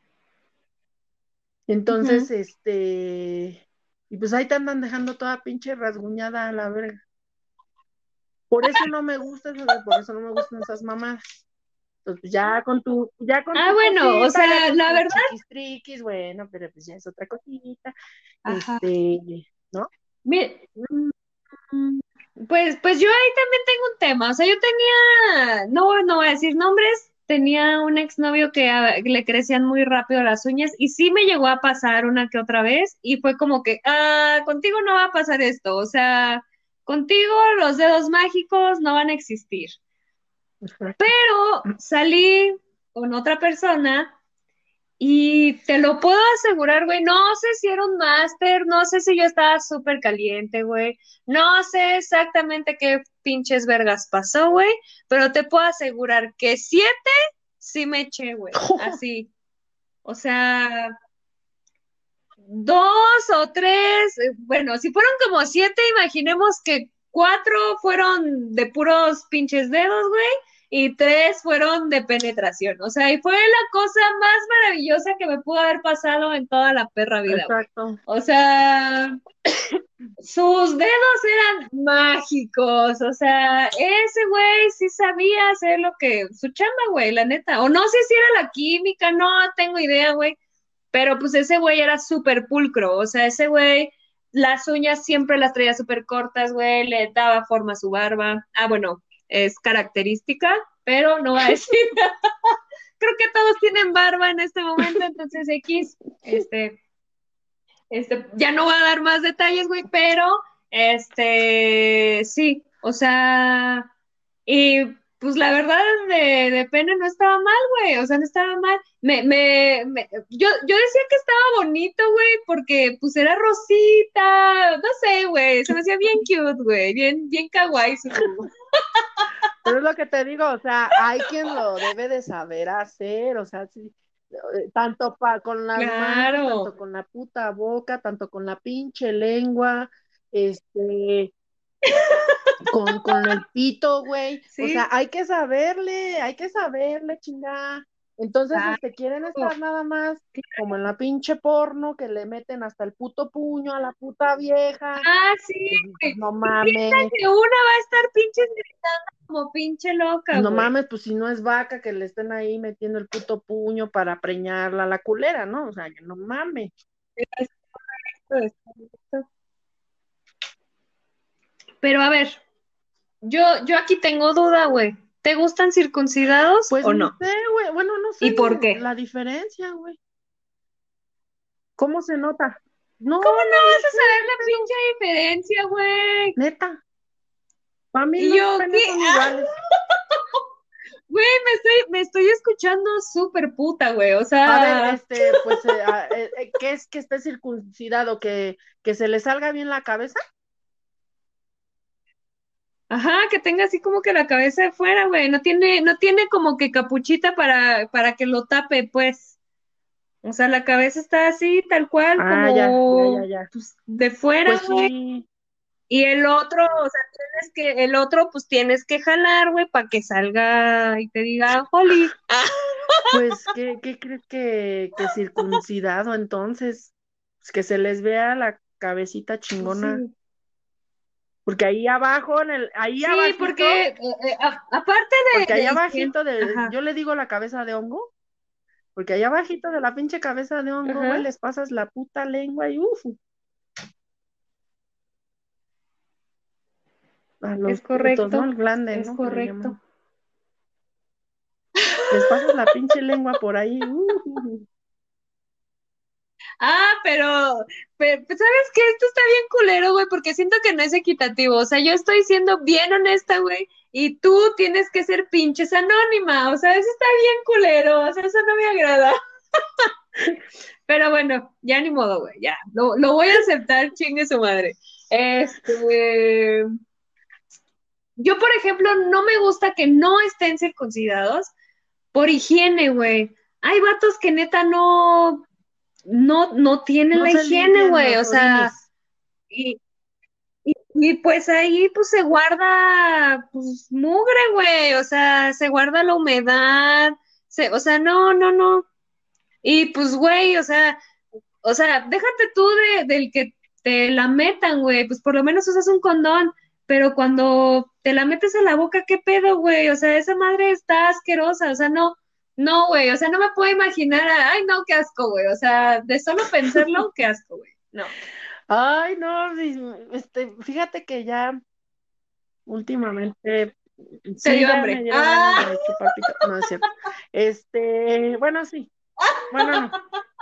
Entonces, Ujú. este, y pues ahí te andan dejando toda pinche rasguñada a la verga. Por eso no me gusta, eso- por eso no me gustan esas mamadas. Entonces, pues, ya con tu, ya con Ah, tu bueno, o cosita, ya sea, con la tus verdad. chiquis triquis, bueno, pero pues ya es otra cosita, Ajá. este, ¿no? Mi- Mm, Pues, pues yo ahí también tengo un tema. O sea, yo tenía, no, no voy a decir nombres, tenía un exnovio que a- le crecían muy rápido las uñas y sí me llegó a pasar una que otra vez y fue como que, ah, contigo no va a pasar esto. O sea, contigo los dedos mágicos no van a existir. Exacto. Pero salí con otra persona y te lo puedo asegurar, güey, no sé si era un máster, no sé si yo estaba súper caliente, güey, no sé exactamente qué pinches vergas pasó, güey, pero te puedo asegurar que siete sí me eché, güey, así. O sea, dos o tres, eh, bueno, si fueron como siete, imaginemos que cuatro fueron de puros pinches dedos, güey, y tres fueron de penetración. O sea, y fue la cosa más maravillosa que me pudo haber pasado en toda la perra vida, güey. Exacto. O sea, sus dedos eran mágicos, o sea, ese güey sí sabía hacer lo que, su chamba, güey, la neta. O no sé si era la química, no tengo idea, güey, pero pues ese güey era súper pulcro, o sea, ese güey, las uñas siempre las traía súper cortas, güey, le daba forma a su barba. Ah, bueno, es característica, pero no va a decir. Creo que todos tienen barba en este momento, entonces X, este, este, ya no voy a dar más detalles, güey, pero, este, sí, o sea, y pues la verdad de, de pene no estaba mal, güey, o sea, no estaba mal. Me, me, me- yo, yo decía que estaba bonito, güey, porque pues era rosita, no sé, güey, se me hacía bien cute, güey, bien, bien kawaii su. Pero es lo que te digo, o sea, hay quien lo debe de saber hacer, o sea, sí, eh, tanto pa, con las manos, Claro. tanto con la puta boca, tanto con la pinche lengua, este, con, con el pito, güey. O sea, Sí, hay que saberle, hay que saberle, chingada. Entonces, claro. este, quieren estar nada más como en la pinche porno, que le meten hasta el puto puño a la puta vieja. Ah, sí, Pues, pues, güey. no Y piensan mames, que una va a estar pinches gritando como pinche pues loca, no güey. mames, pues si no es vaca que le estén ahí metiendo el puto puño para preñarla a la culera, ¿no? O sea, que no mames. Pero a ver, yo, yo aquí tengo duda, güey. ¿Te gustan circuncidados Pues o ni no? sé, güey, bueno, no sé ¿Y por qué? la diferencia, güey. ¿Cómo se nota? No, ¿Cómo no no, no vas a sé, saber qué la pedo. pinche diferencia, güey? Neta, para mí Y los yo, ¿qué? penes son Ah, iguales. güey, me estoy, me estoy escuchando súper puta, güey. O A ver, sea, este, pues, eh, ah, eh, eh, ¿qué es que esté circuncidado? ¿Que, que se le salga bien la cabeza? ajá, que tenga así como que la cabeza de fuera, güey. No tiene, no tiene como que capuchita para, para que lo tape, pues. O sea, la cabeza está así, tal cual, Ah, ya, ya, ya, como ya. pues, de fuera, Pues güey. sí, Y el otro, o sea, tienes que, el otro, pues tienes que jalar, güey, para que salga y te diga, Holly. Pues, ¿qué, qué crees que, que circuncidado entonces? Pues que se les vea la cabecita Pues chingona. sí. Porque ahí abajo, en el, ahí Sí, abajito, porque eh, eh, a- aparte porque de, ahí del cien, abajito de, ajá, yo le digo la cabeza de hongo, porque ahí abajito de la pinche cabeza de hongo, güey, ajá, les pasas la puta lengua y uff, a es los putos, ¿no? correcto, El glande, es ¿no? Que le correcto. llaman. Les pasas la pinche lengua por ahí, uh, Ah, pero, pero, pues, ¿sabes qué? Esto está bien culero, güey, porque siento que no es equitativo. O sea, yo estoy siendo bien honesta, güey, y tú tienes que ser pinches anónima. O sea, eso está bien culero. O sea, eso no me agrada. Pero bueno, ya ni modo, güey, ya. Lo, lo voy a aceptar, chingue su madre. Este. Yo, por ejemplo, no me gusta que no estén circuncidados por higiene, güey. Hay vatos que neta no, no, no tienen no la se higiene, limpian güey. los O sea, orines. y, y, y, pues ahí pues se guarda pues mugre, güey. O sea, se guarda la humedad. Se, o sea, no, no, no. Y pues, güey, o sea, o sea, déjate tú de, del que te la metan, güey, pues por lo menos usas un condón, pero cuando te la metes en la boca, ¿qué pedo, güey? O sea, esa madre está asquerosa, o sea, no, no, güey, o sea, no me puedo imaginar, a- ay, no, qué asco, güey, o sea, de solo pensarlo, qué asco, güey, no. Ay, no, sí, este, fíjate que ya últimamente, Te sí, dio ya me hambre. dieron ganas ¡Ah! de chupar pito. No, es cierto. Este, bueno, sí. Bueno, no.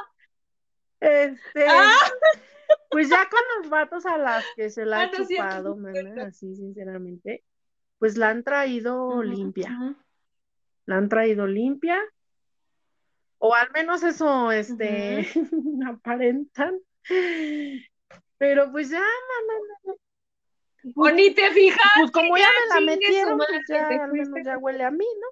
Este, ¡Ah! pues ya con los vatos a las que se la Ah, he no es cierto. chupado, mana, así sinceramente, pues la han traído Ujú, limpia. ujú, La han traído limpia, o al menos eso, este, ujú. aparentan. Pero pues ya, mana, O pues, ni te pues fijaste, como ya ya me la chingue su metieron, pues madre, ya te al menos fuiste. ya huele a mí, ¿no?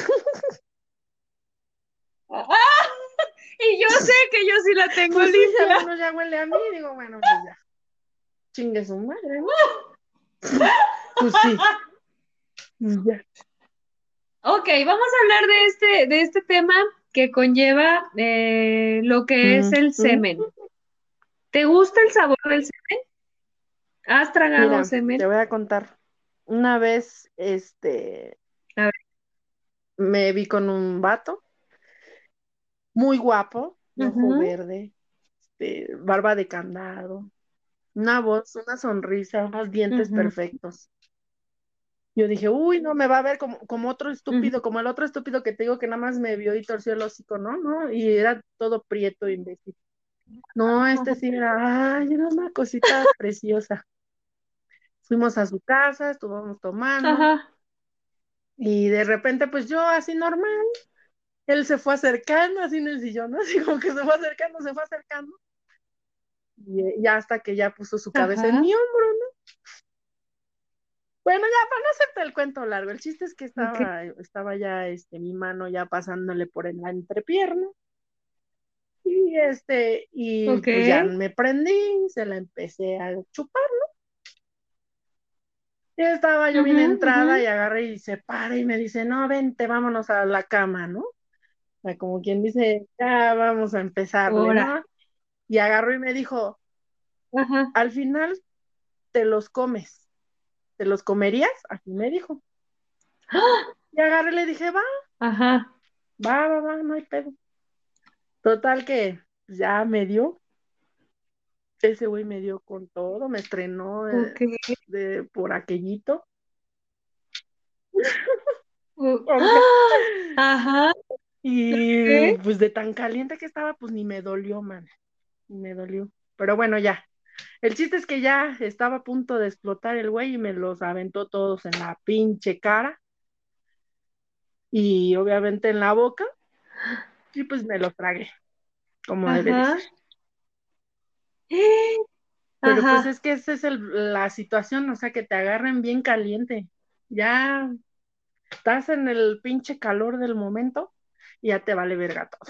¡Ah! Y yo sé que yo sí la tengo Pues sí, al limpia. menos ya huele a mí, digo, bueno, pues ya, chingue su madre, ¿no? Pues sí, pues ya. Ok, vamos a hablar de este, de este tema que conlleva eh, lo que es Mm, el mm. semen. ¿Te gusta el sabor del semen? ¿Has tragado Mira, semen? te voy a contar. Una vez, este, A ver. me vi con un vato muy guapo, de ojo Ujú, verde, este, barba de candado, una voz, una sonrisa, unos dientes ujú, perfectos. Yo dije, uy, no, me va a ver como, como otro ujú. estúpido, como el otro estúpido que te digo que nada más me vio y torció el hocico, ¿no? ¿No? Y era todo prieto, imbécil. No, este sí era, ay, era una cosita preciosa. Fuimos a su casa, estuvimos tomando, Ajá, y de repente, pues yo así normal, él se fue acercando así en el sillón, ¿no? Así como que se fue acercando, se fue acercando, y ya hasta que ya puso su cabeza en ajá. mi hombro, ¿no? Bueno, ya para no hacerte el cuento largo, el chiste es que Ok, estaba, estaba ya este, mi mano ya pasándole por en la entrepierna, y este, y ok. pues ya me prendí, se la empecé a chupar. Ya estaba yo bien Ujú, ujú. entrada y agarré y se para y me dice, no, vente, vámonos a la cama, ¿no? O sea, como quien dice, ya vamos a empezarle, Ahora. ¿no? Y agarró y me dijo, Ajá. al final te los comes, ¿te los comerías? Así me dijo. ¡Ah! Y agarré y le dije, va, Ajá. va, va, va, no hay pedo. Total que pues, ya me dio, ese güey me dio con todo, me estrenó de, Ok. de- por aquellito. Uh, Aunque, ¡ah! Ajá. y ¿Qué? pues de tan caliente que estaba, pues ni me dolió, man, ni me dolió. Pero bueno, ya. El chiste es que ya estaba a punto de explotar el güey y me los aventó todos en la pinche cara y obviamente en la boca y pues me los tragué, como debe de Ajá. ser. Pero pues Ajá. es que esa es el- la situación, o sea, que te agarren bien caliente. Ya estás en el pinche calor del momento y ya te vale verga todo.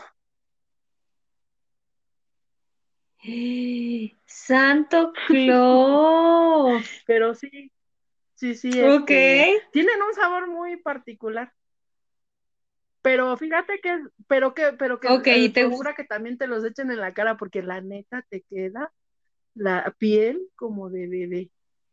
Santo Claus. pero, pero sí, sí, sí, Ok. este, tienen un sabor muy particular. Pero fíjate que, pero que, pero que Ok, eh, ¿y te gusta? procura que también te los echen en la cara, porque la neta te queda la piel como de bebé.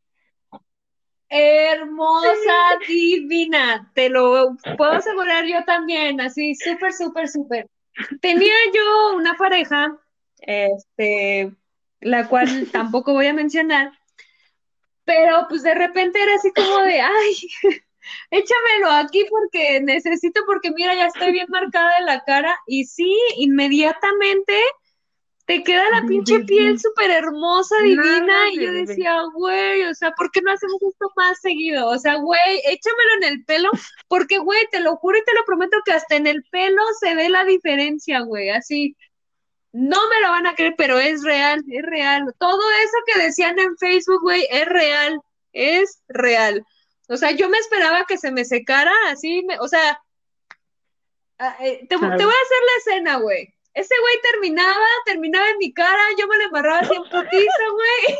Hermosa, divina, te lo puedo asegurar yo también, así, súper, súper, súper. Tenía yo una pareja, este, la cual tampoco voy a mencionar, pero pues de repente era así como de, ay, échamelo aquí porque necesito, porque mira, ya estoy bien marcada de la cara, y sí, inmediatamente te queda la De pinche piel bebé, súper hermosa, divina, nalgas y de yo bebé. decía, güey, o sea, ¿por qué no hacemos esto más seguido? O sea, güey, échamelo en el pelo, porque, güey, te lo juro y te lo prometo que hasta en el pelo se ve la diferencia, güey, así, no me lo van a creer, pero es real, es real. Todo eso que decían en Facebook, güey, es real, es real. O sea, yo me esperaba que se me secara así, me- o sea, Ah, eh, te, te voy a Claro. hacer la escena, güey. Ese güey terminaba, terminaba en mi cara, yo me lo embarraba así en putiza, güey.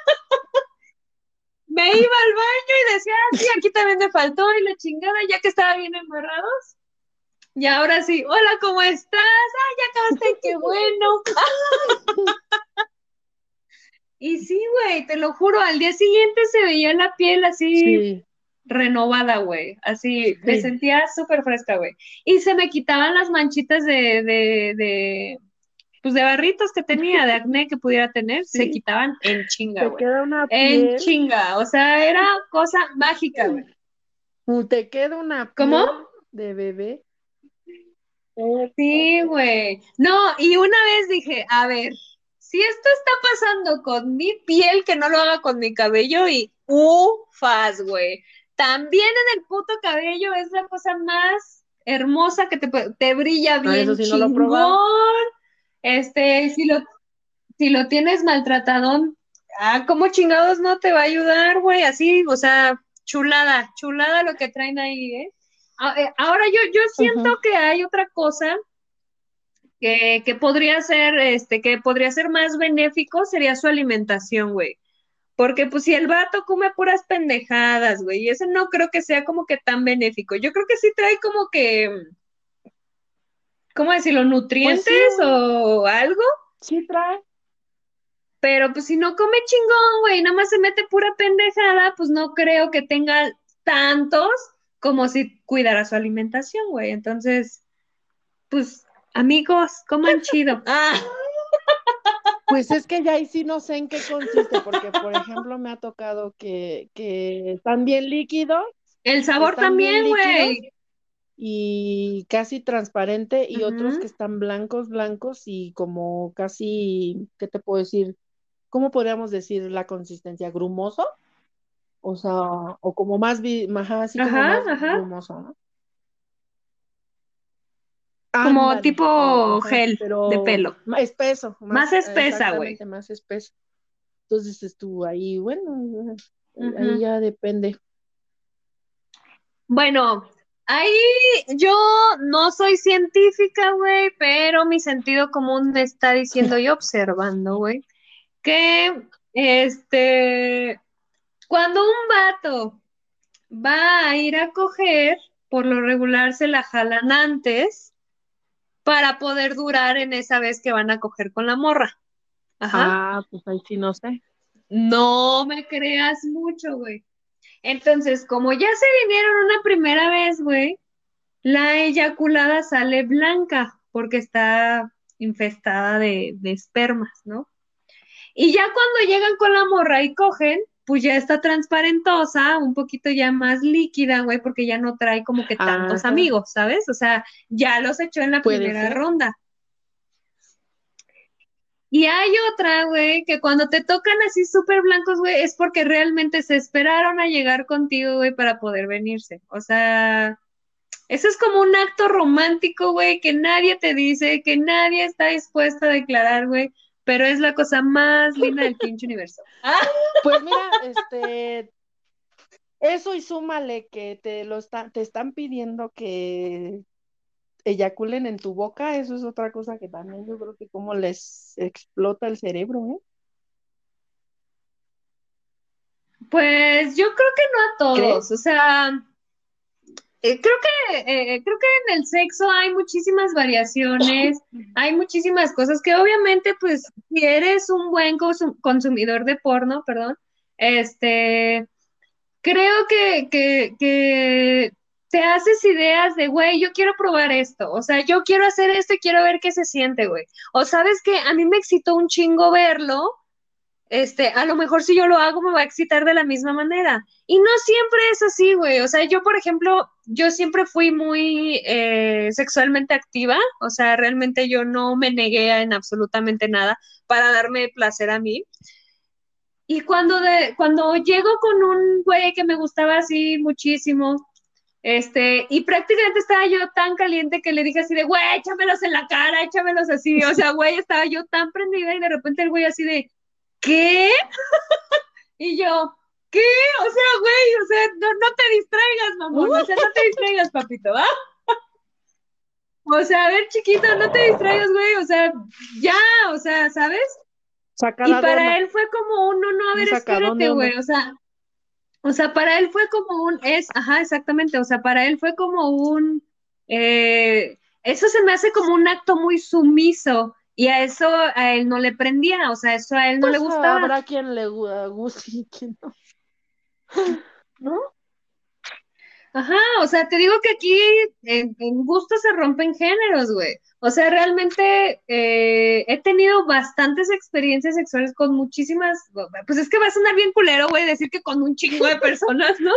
Me iba al baño y decía, ah, sí, aquí también me faltó y la chingada, ya que estaba bien embarrados. Y ahora sí, hola, ¿cómo estás? Ah, ya acabaste, qué bueno. Y sí, güey, te lo juro, al día siguiente se veía la piel así Sí, renovada, güey. Así, me sí, sentía súper fresca, güey. Y se me quitaban las manchitas de, de, de, pues de barritos que tenía, de acné que pudiera tener, se sí. quitaban en chinga, Te güey. queda una En piel, chinga, o sea, era cosa mágica, güey. uh, te queda una ¿Cómo? piel de bebé. Sí, güey. No, y una vez dije, a ver, si esto está pasando con mi piel, que no lo haga con mi cabello y ufas, güey. También en el puto cabello es la cosa más hermosa que te, puede- te brilla Ah, eso bien sí no lo he probado. chingón. Este, si lo si lo tienes maltratadón, ah, ¿cómo chingados no te va a ayudar, güey? Así, o sea, chulada, chulada lo que traen ahí, ¿eh? A- eh, Ahora yo, yo siento Ujú. que hay otra cosa que, que podría ser, este, que podría ser más benéfico, sería su alimentación, güey. Porque pues si el vato come puras pendejadas, güey, y eso no creo que sea como que tan benéfico. Yo creo que sí trae como que, ¿cómo decirlo? Pues Nutrientes sí, o algo. sí trae. Pero pues si no come chingón, güey, nada más se mete pura pendejada, pues no creo que tenga tantos como si cuidara su alimentación, güey. Entonces, pues, amigos, coman chido. Ah, Pues es que ya ahí sí no sé en qué consiste, porque por ejemplo me ha tocado que, que están bien líquidos, el sabor están bien también, líquidos güey. y casi transparente, y otros que Ujú. están blancos, blancos y como casi, ¿qué te puedo decir? ¿Cómo podríamos decir la consistencia? ¿Grumoso? O sea, o como más, vi- ajá, así como Ajá, más ajá. grumoso, ¿no? Como Ándale, como, tipo ajá, gel de pero pelo. ma- espeso, Más más, espesa, güey. exactamente, más espeso. Entonces estuvo ahí, bueno, ahí Ujú. ya depende. Bueno, ahí yo no soy científica, güey, pero mi sentido común me está diciendo y observando, güey, que este, cuando un vato va a ir a coger, por lo regular se la jalan antes para poder durar en esa vez que van a coger con la morra. Ajá. Ah, pues ahí sí no sé. No me creas mucho, güey. Entonces, como ya se vinieron una primera vez, güey, la eyaculada sale blanca porque está infestada de, de espermas, ¿no? Y ya cuando llegan con la morra y cogen, pues ya está transparentosa, un poquito ya más líquida, güey, porque ya no trae como que tantos Ajá, amigos, ¿sabes? O sea, ya los echó en la puede primera ser. ronda. Y hay otra, güey, que cuando te tocan así súper blancos, güey, es porque realmente se esperaron a llegar contigo, güey, para poder venirse. O sea, eso es como un acto romántico, güey, que nadie te dice, que nadie está dispuesto a declarar, güey, pero es la cosa más linda del pinche universo. Ah, Pues mira, este, eso y súmale que te lo está, te están pidiendo que eyaculen en tu boca, eso es otra cosa que también yo creo que como les explota el cerebro, ¿eh? Pues yo creo que no a todos, ¿Crees? o sea, eh, creo que eh, creo que en el sexo hay muchísimas variaciones, hay muchísimas cosas que obviamente, pues, si eres un buen consum- consumidor de porno, perdón, este, creo que, que, que te haces ideas de, güey, yo quiero probar esto, o sea, yo quiero hacer esto y quiero ver qué se siente, güey. O sabes que a mí me excitó un chingo verlo, este, a lo mejor si yo lo hago me va a excitar de la misma manera. Y no siempre es así, güey. O sea, yo, por ejemplo, yo siempre fui muy eh, sexualmente activa, o sea, realmente yo no me negué a- en absolutamente nada para darme placer a mí. Y cuando, de, cuando llego con un güey que me gustaba así muchísimo, este, y prácticamente estaba yo tan caliente que le dije así de, güey, échamelos en la cara, échamelos así, o sea, güey, estaba yo tan prendida y de repente el güey así de, ¿qué? Y yo, ¿qué? O sea, güey, o sea, no, no te distraigas, mamón, o sea, no te distraigas, papito, ¿va? O sea, a ver, chiquito, no te distraigas, güey, o sea, ya, o sea, ¿sabes? Y Sacada de para onda, él fue como un, no, no, a un ver, sacadón de espérate, onda. güey, o sea, o sea, para él fue como un, es, ajá, exactamente, o sea, para él fue como un, eh, eso se me hace como un acto muy sumiso, y a eso a él no le prendía, o sea, eso a él no le Pues gustaba, habrá quien le gu- guste y quien no. ¿No? ajá, o sea, te digo que aquí en, en gusto se rompen géneros, güey. O sea, realmente eh, he tenido bastantes experiencias sexuales con muchísimas, pues es que va a sonar bien culero, güey, decir que con un chingo de personas, ¿no?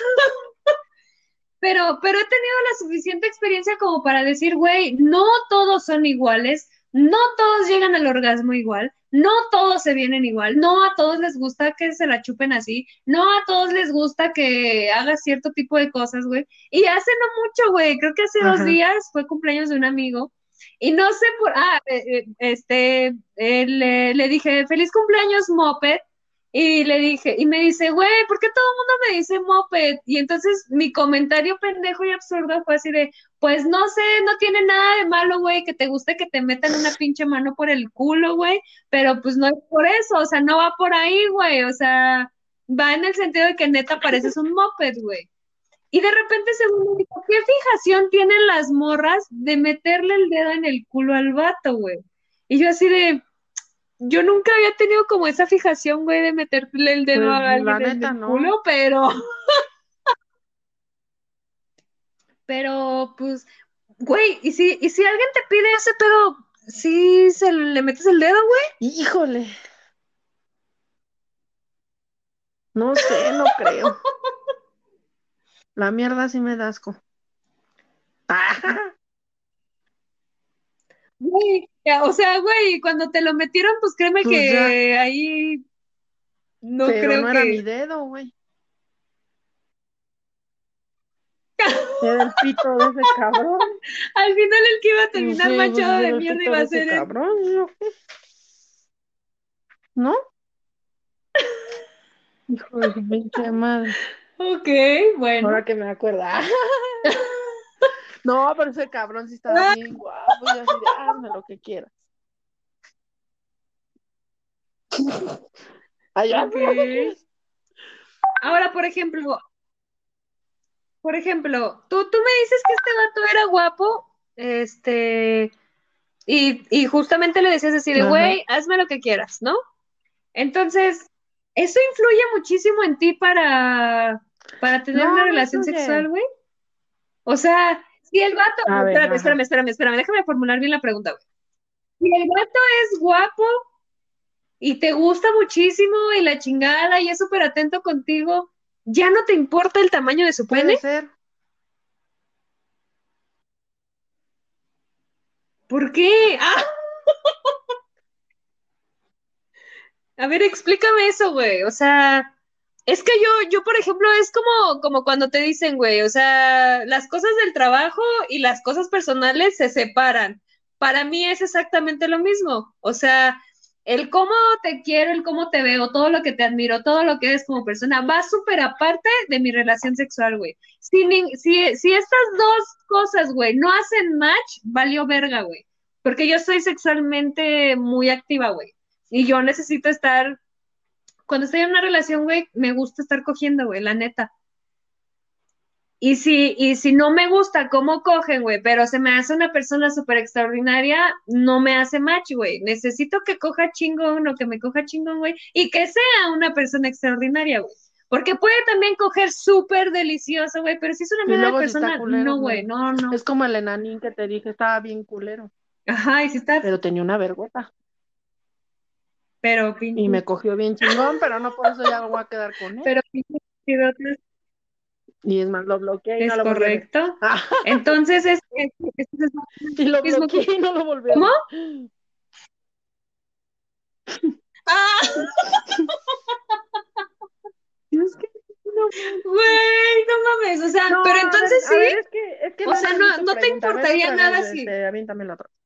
Pero, pero he tenido la suficiente experiencia como para decir, güey, no todos son iguales, no todos llegan al orgasmo igual, no todos se vienen igual, no a todos les gusta que se la chupen así, no a todos les gusta que hagas cierto tipo de cosas, güey. Y hace no mucho, güey, creo que hace dos Ajá. días fue cumpleaños de un amigo y no sé por, ah, eh, eh, este, eh, le, le dije, feliz cumpleaños, Moped. Y le dije, y me dice, güey, ¿por qué todo el mundo me dice moped? Y entonces mi comentario pendejo y absurdo fue así de, pues no sé, no tiene nada de malo, güey, que te guste que te metan una pinche mano por el culo, güey, pero pues no es por eso, o sea, no va por ahí, güey, o sea, va en el sentido de que neta pareces un moped, güey. Y de repente según me dijo, ¿qué fijación tienen las morras de meterle el dedo en el culo al vato, güey? Y yo así de, yo nunca había tenido como esa fijación, güey, de meterle el dedo Pues a la alguien en neta el no. culo, pero, pero, pues, güey, ¿y si, y si alguien te pide ese pedo, sí se le metes el dedo, güey? Híjole, no sé, no creo. La mierda sí me da asco. Güey, ya, o sea, güey, cuando te lo metieron, pues créeme Pues ya, que ahí no pero creo no era mi que... dedo, güey. Era el pito de ese cabrón. Al final el que iba a Pues terminar sí, pues manchado era de el mierda pito iba de a ese ser él. cabrón. ¿Y yo qué? ¿No? Hijo de su pinche madre. Ok, bueno. Ahora que me acuerda. No, pero ese cabrón sí estaba bien guapo. Y así de, hazme lo que quieras. Ay, Ok. hazme lo que quieras. Ahora, por ejemplo, por ejemplo, tú, tú me dices que este vato era guapo, este, y, y justamente le decías así de, Ajá. güey, hazme lo que quieras, ¿no? Entonces, eso influye muchísimo en ti para, para tener una No, no relación sexual, influye. güey. O sea, si el vato, A ver, espérame, ajá. espérame, espérame, espérame, déjame formular bien la pregunta, güey. Si el vato es guapo y te gusta muchísimo y la chingada y es súper atento contigo, ¿ya no te importa el tamaño de su pene? Puede ser. ¿Por qué? Ah, a ver, explícame eso, güey. O sea, es que yo, yo, por ejemplo, es como, como cuando te dicen, güey, o sea, las cosas del trabajo y las cosas personales se separan. Para mí es exactamente lo mismo. O sea, el cómo te quiero, el cómo te veo, todo lo que te admiro, todo lo que eres como persona, va súper aparte de mi relación sexual, güey. Si, nin- si, si estas dos cosas, güey, no hacen match, valió verga, güey. Porque yo soy sexualmente muy activa, güey. Y yo necesito estar cuando estoy en una relación, güey, me gusta estar cogiendo, güey, la neta. Y si, y si no me gusta cómo cogen, güey, pero se me hace una persona súper extraordinaria, no me hace match, güey. Necesito que coja chingón o que me coja chingón, güey, y que sea una persona extraordinaria, güey. Porque puede también coger súper delicioso, güey, pero si es una Y mierda de luego si está persona, culero, no, güey, no. no, no. Es como el enanín que te dije, estaba bien culero, Ajá, y si está, pero tenía una vergüenza. pero Y pinche, me cogió bien chingón, pero no por eso ya me voy a quedar con él. pero pinche chidotes, Y es más, lo bloqueé y no es lo volví a ver. correcto. Entonces, es, es, es- es Y lo lo mismo que- bloqueé y no lo volví a ¿Cómo? ver. ¡Ah! Es que no, Güey, no mames, o sea, no, pero a ver, entonces a sí, ver, es que, es que o no sea, entendí no, tu no te pregunta. A ver, importaría otra nada vez, así. este, aviéntame la otra.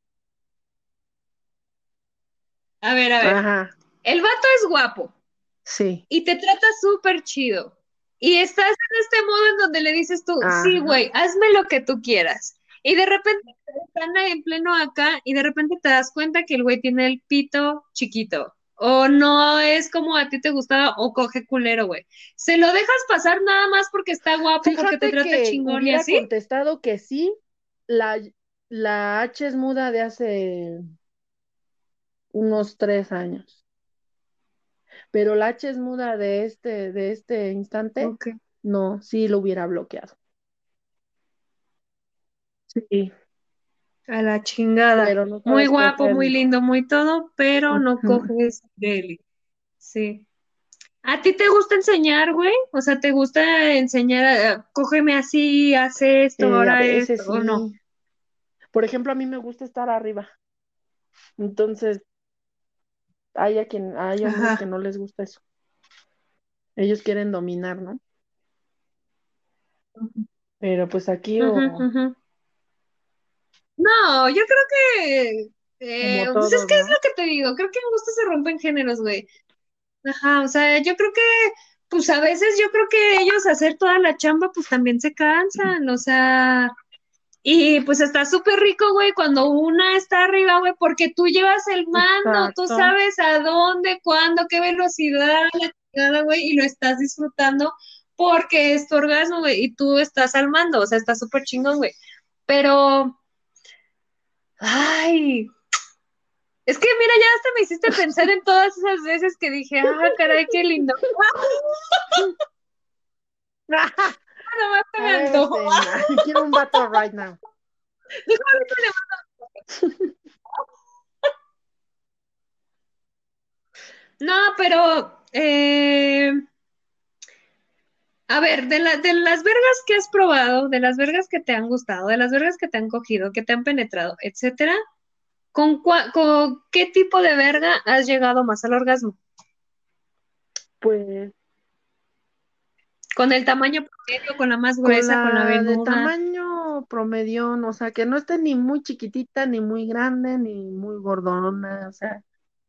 A ver, a ver, Ajá, el vato es guapo sí, y te trata súper chido. Y estás en este modo en donde le dices tú, sí, ajá. güey, hazme lo que tú quieras. Y de repente están en pleno acá y de repente te das cuenta que el güey tiene el pito chiquito. O no es como a ti te gustaba o coge culero, güey. ¿Se lo dejas pasar nada más porque está guapo, porque te Fíjate trata que chingón y hubiera así? contestado que sí, la, la H es muda de hace unos tres años, pero la H es muda de este, de este instante, Ok. no, sí lo hubiera bloqueado. Sí, A la chingada. pero no Muy sabes guapo, coger, muy dijo. lindo, muy todo, pero no Ujú. coges deli. Sí. ¿A ti te gusta enseñar, güey? O sea, ¿te gusta enseñar, a- cógeme así, haz esto, Eh, a ahora veces esto, o no? sí. Por ejemplo, a mí me gusta estar arriba. Entonces, hay a quien, hay hombres que Ajá. no les gusta eso. Ellos quieren dominar, ¿no? Pero pues aquí Ujú, o ujú. No, yo creo que, eh, como pues es todos, que es lo ¿no? que te digo, creo que en gusto se rompen géneros, güey. Ajá, o sea, yo creo que, pues a veces yo creo que ellos hacer toda la chamba, pues también se cansan, o sea, y pues está súper rico, güey, cuando una está arriba, güey, porque tú llevas el mando, tú Exacto. sabes a dónde, cuándo, qué velocidad, la chingada, güey, y lo estás disfrutando porque es tu orgasmo, güey, y tú estás al mando, o sea, está súper chingón, güey. Pero, ay, es que mira, ya hasta me hiciste pensar en todas esas veces que dije, ah, caray, qué lindo. Nada más se A me ver, antojó. este, quiero un vato right now. No, pero, eh, a ver, de, la, de las vergas que has probado, de las vergas que te han gustado, de las vergas que te han cogido, que te han penetrado, etcétera, ¿con, cua- con qué tipo de verga has llegado más al orgasmo? Pues ¿Con el tamaño promedio, con la más con gruesa, con la la de venuda? tamaño promedio, o sea, que no esté ni muy chiquitita, ni muy grande, ni muy gordona, o sea,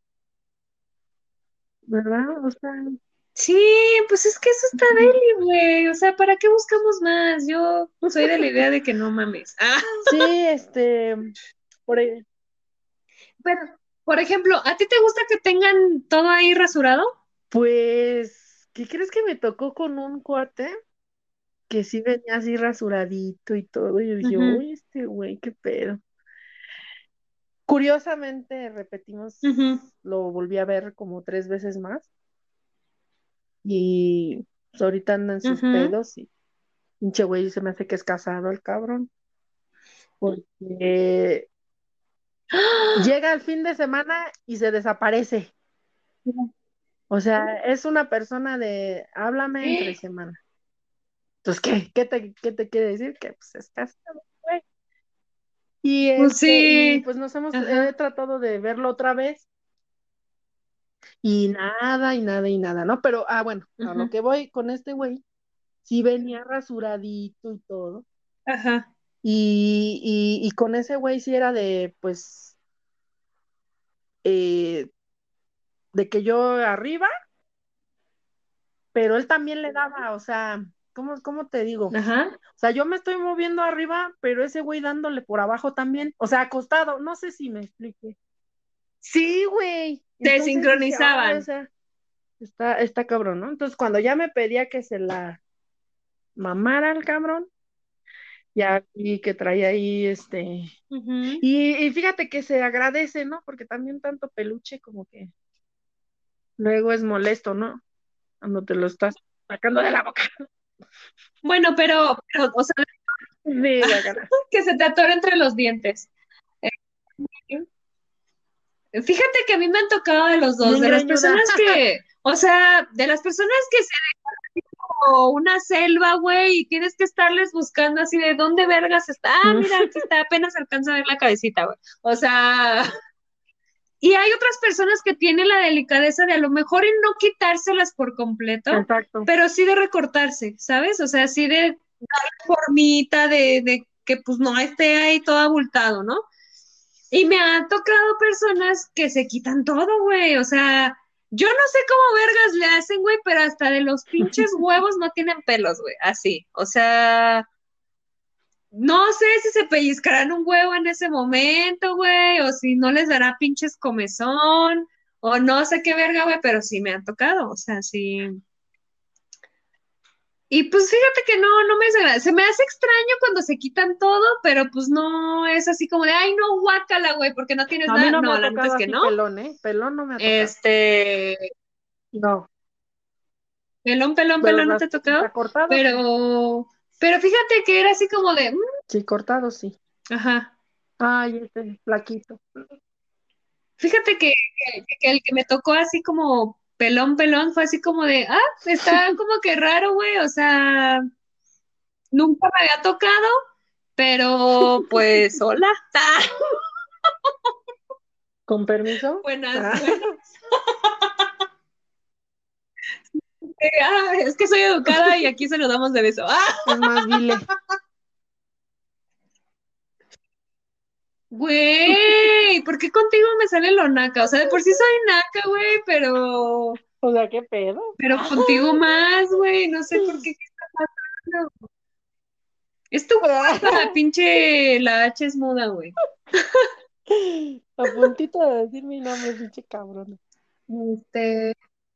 ¿verdad? O sea, Sí, pues es que eso está deli, güey. O sea, ¿para qué buscamos más? Yo soy de la idea de que no mames. Ah, sí, este, por ahí, pero, por ejemplo, ¿a ti te gusta que tengan todo ahí rasurado? pues, ¿qué crees que me tocó con un cuate? Que sí venía así rasuradito y todo, y yo dije, Ujú, uy, este güey, qué pedo. Curiosamente, repetimos, ujú, lo volví a ver como tres veces más, y pues, ahorita anda en sus ujú. pedos, y pinche güey se me hace que es casado el cabrón, porque ¡Ah! llega el fin de semana y se desaparece. O sea, es una persona de, háblame entre semana. Entonces, ¿qué? ¿Qué te, qué te quiere decir? Que pues es casado, güey. Y Pues este, y sí. pues nos hemos, he Ajá. tratado de verlo otra vez y nada, y nada, y nada, ¿no? Pero, ah, bueno, a lo Ujú, que voy con este güey, sí venía rasuradito y todo. ajá. Y, y, y con ese güey sí era de, pues, eh, de que yo arriba, pero él también le daba, o sea, ¿cómo, cómo te digo? Ajá. O sea, yo me estoy moviendo arriba, pero ese güey dándole por abajo también, o sea, acostado, no sé si me expliqué. Sí, güey. Se Entonces dije, ay, o sincronizaban. sea, Está, está cabrón, ¿no? Entonces, cuando ya me pedía que se la mamara al cabrón, ya vi que traía ahí este. Ujú. Y, y fíjate que se agradece, ¿no? Porque también tanto peluche como que luego es molesto, ¿no? Cuando te lo estás sacando de la boca. Bueno, pero, pero, o sea, Sí, guacala. que se te atore entre los dientes. Eh, Fíjate que a mí me han tocado de los dos, Bien de las greñuda. personas que, o sea, de las personas que se como una selva, güey, y tienes que estarles buscando así de dónde vergas está. Ah, mira, aquí está, apenas alcanza a ver la cabecita, güey. O sea, y hay otras personas que tienen la delicadeza de a lo mejor en no quitárselas por completo, Exacto. pero sí de recortarse, ¿sabes? O sea, sí de formita, de, de que pues no esté ahí todo abultado, ¿no? Y me han tocado personas que se quitan todo, güey. O sea, yo no sé cómo vergas le hacen, güey, pero hasta de los pinches huevos no tienen pelos, güey. Así. O sea, no sé si se pellizcarán un huevo en ese momento, güey, o si no les dará pinches comezón, o no sé qué verga, güey, pero sí me han tocado. O sea, sí. Y pues fíjate que no, no me desagrada. Se me hace extraño cuando se quitan todo, pero pues no es así como de, ay, no, guácala, güey, porque no tienes A mí nada. no me No, ha la neta tocado es que así no. pelón, ¿eh? Pelón no me ha tocado. Este, No, pelón, pelón, pero pelón no te ras- ha tocado, está cortado, sí. pero, pero fíjate que era así como de, mm, Sí, cortado, sí. ajá. Ay, este flaquito. Fíjate que, que, que el que me tocó así como pelón, pelón, fue así como de, ah, está como que raro, güey, o sea, nunca me había tocado, pero pues, hola. Ah, ¿Con permiso? buenas, Ah, buenas. Ah, es que soy educada y aquí se nos damos de beso. Ah, es más, dile. güey, ¿por qué contigo me sale lo naca? O sea, de por sí soy naca, güey, pero, O sea, ¿qué pedo? pero contigo más, güey, no sé por qué, ¿qué está pasando? Es tu culpa, pinche, la H es muda, güey. A puntito de decir mi nombre, pinche cabrón. Este,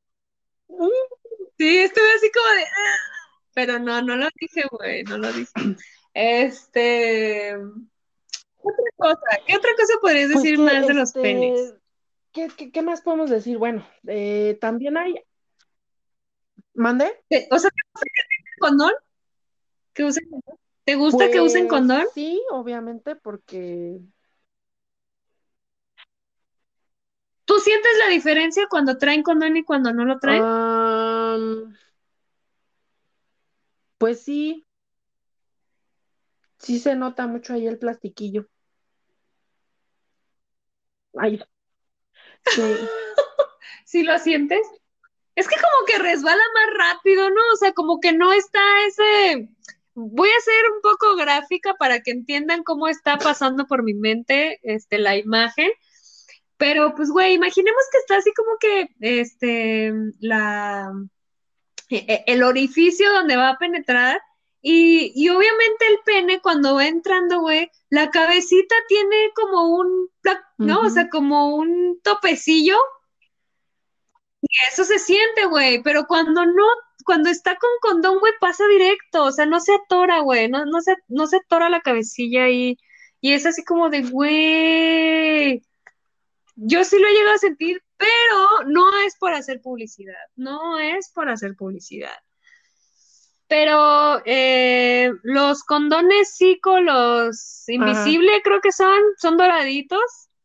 sí, estuve así como de, "Ah", pero no, no lo dije, güey, no lo dije. Este, ¿qué otra cosa? ¿Qué otra cosa podrías Pues decir que, más de los penes? este, ¿qué, qué, qué más podemos decir? Bueno, eh, también hay, ¿mande? ¿Te- O sea, ¿te gusta que usen condón? ¿Que usen condón? ¿Te gusta que usen Pues condón? sí, obviamente, porque, ¿Tú sientes la diferencia cuando traen condón y cuando no lo traen? am, pues sí, sí se nota mucho ahí el plastiquillo. Ay, sí. ¿Sí lo sientes? Es que como que resbala más rápido, ¿no? O sea, como que no está ese... Voy a ser un poco gráfica para que entiendan cómo está pasando por mi mente, este, la imagen. Pero, pues, güey, imaginemos que está así como que, este, la, e- e- el orificio donde va a penetrar y, y obviamente el pene cuando va entrando, güey, la cabecita tiene como un, pla- ¿no? O sea, Ujú. como un topecillo. Eso se siente, güey, pero cuando no, cuando está con condón, güey, pasa directo, o sea, no se atora, güey, no, no se, no se atora la cabecilla ahí. Y es así como de, güey, yo sí lo he llegado a sentir, pero no es por hacer publicidad, no es por hacer publicidad. Pero eh, los condones Zico, los Ajá. invisibles creo que son, son doraditos.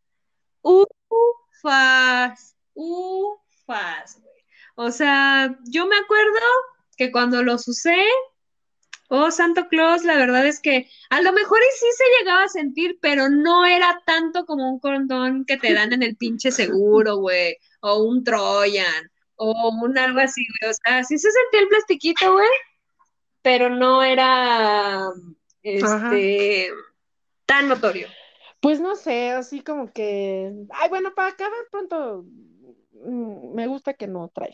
Ufas, ufas, güey. O sea, yo me acuerdo que cuando los usé, oh, Santo Claus, la verdad es que a lo mejor y sí se llegaba a sentir, pero no era tanto como un condón que te dan en el pinche seguro, güey, o un Troyan, o un algo así, güey. O sea, sí se sentía el plastiquito, güey, pero no era, Ajá. este, tan notorio. Pues no sé, así como que, ay, bueno, para acabar pronto, mm, me gusta que no traiga.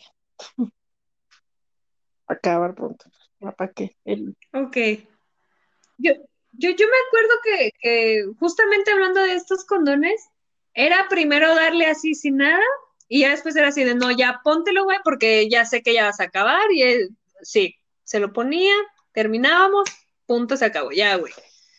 Acabar pronto. ¿Para qué? El... Ok. Yo, yo, yo me acuerdo que, que justamente hablando de estos condones, era primero darle así sin nada Y ya después era así de, no, ya póntelo, güey, porque ya sé que ya vas a acabar. Y él, sí, se lo ponía, terminábamos, punto, se acabó, ya, güey.